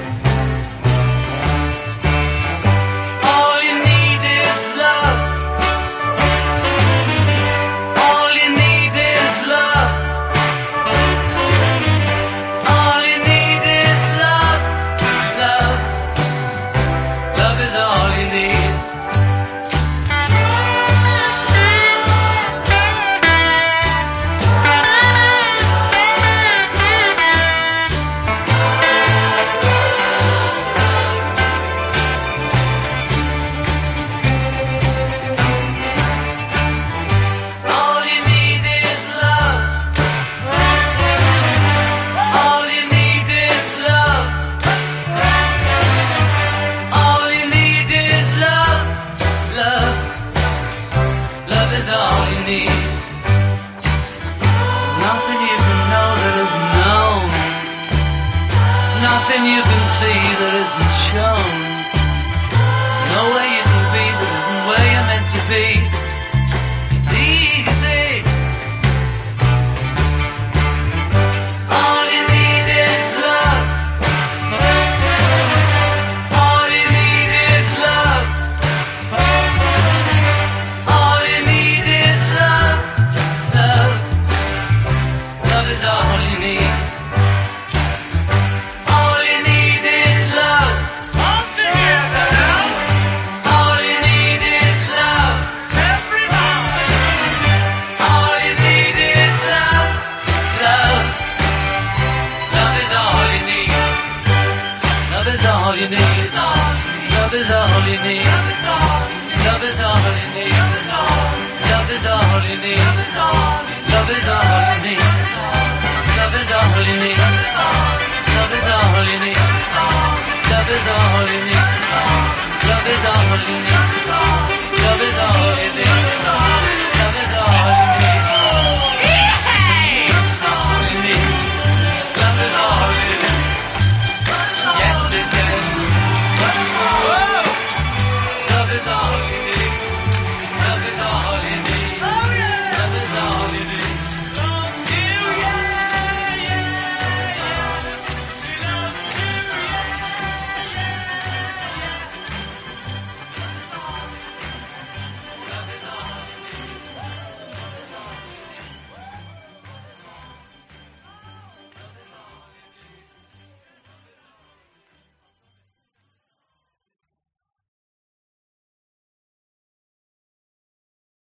Nothing you can see that isn't shown. No way you can be that isn't where you're meant to be. It's easy. All you need is love. All you need is love. All you need is love. Love. Love is all you need. Love is all you need. Love is all you need. Love is all you need. Love is all you need. Love is all you need. Love is all you need. Love is all you need. Love is all you need. Love is all you need.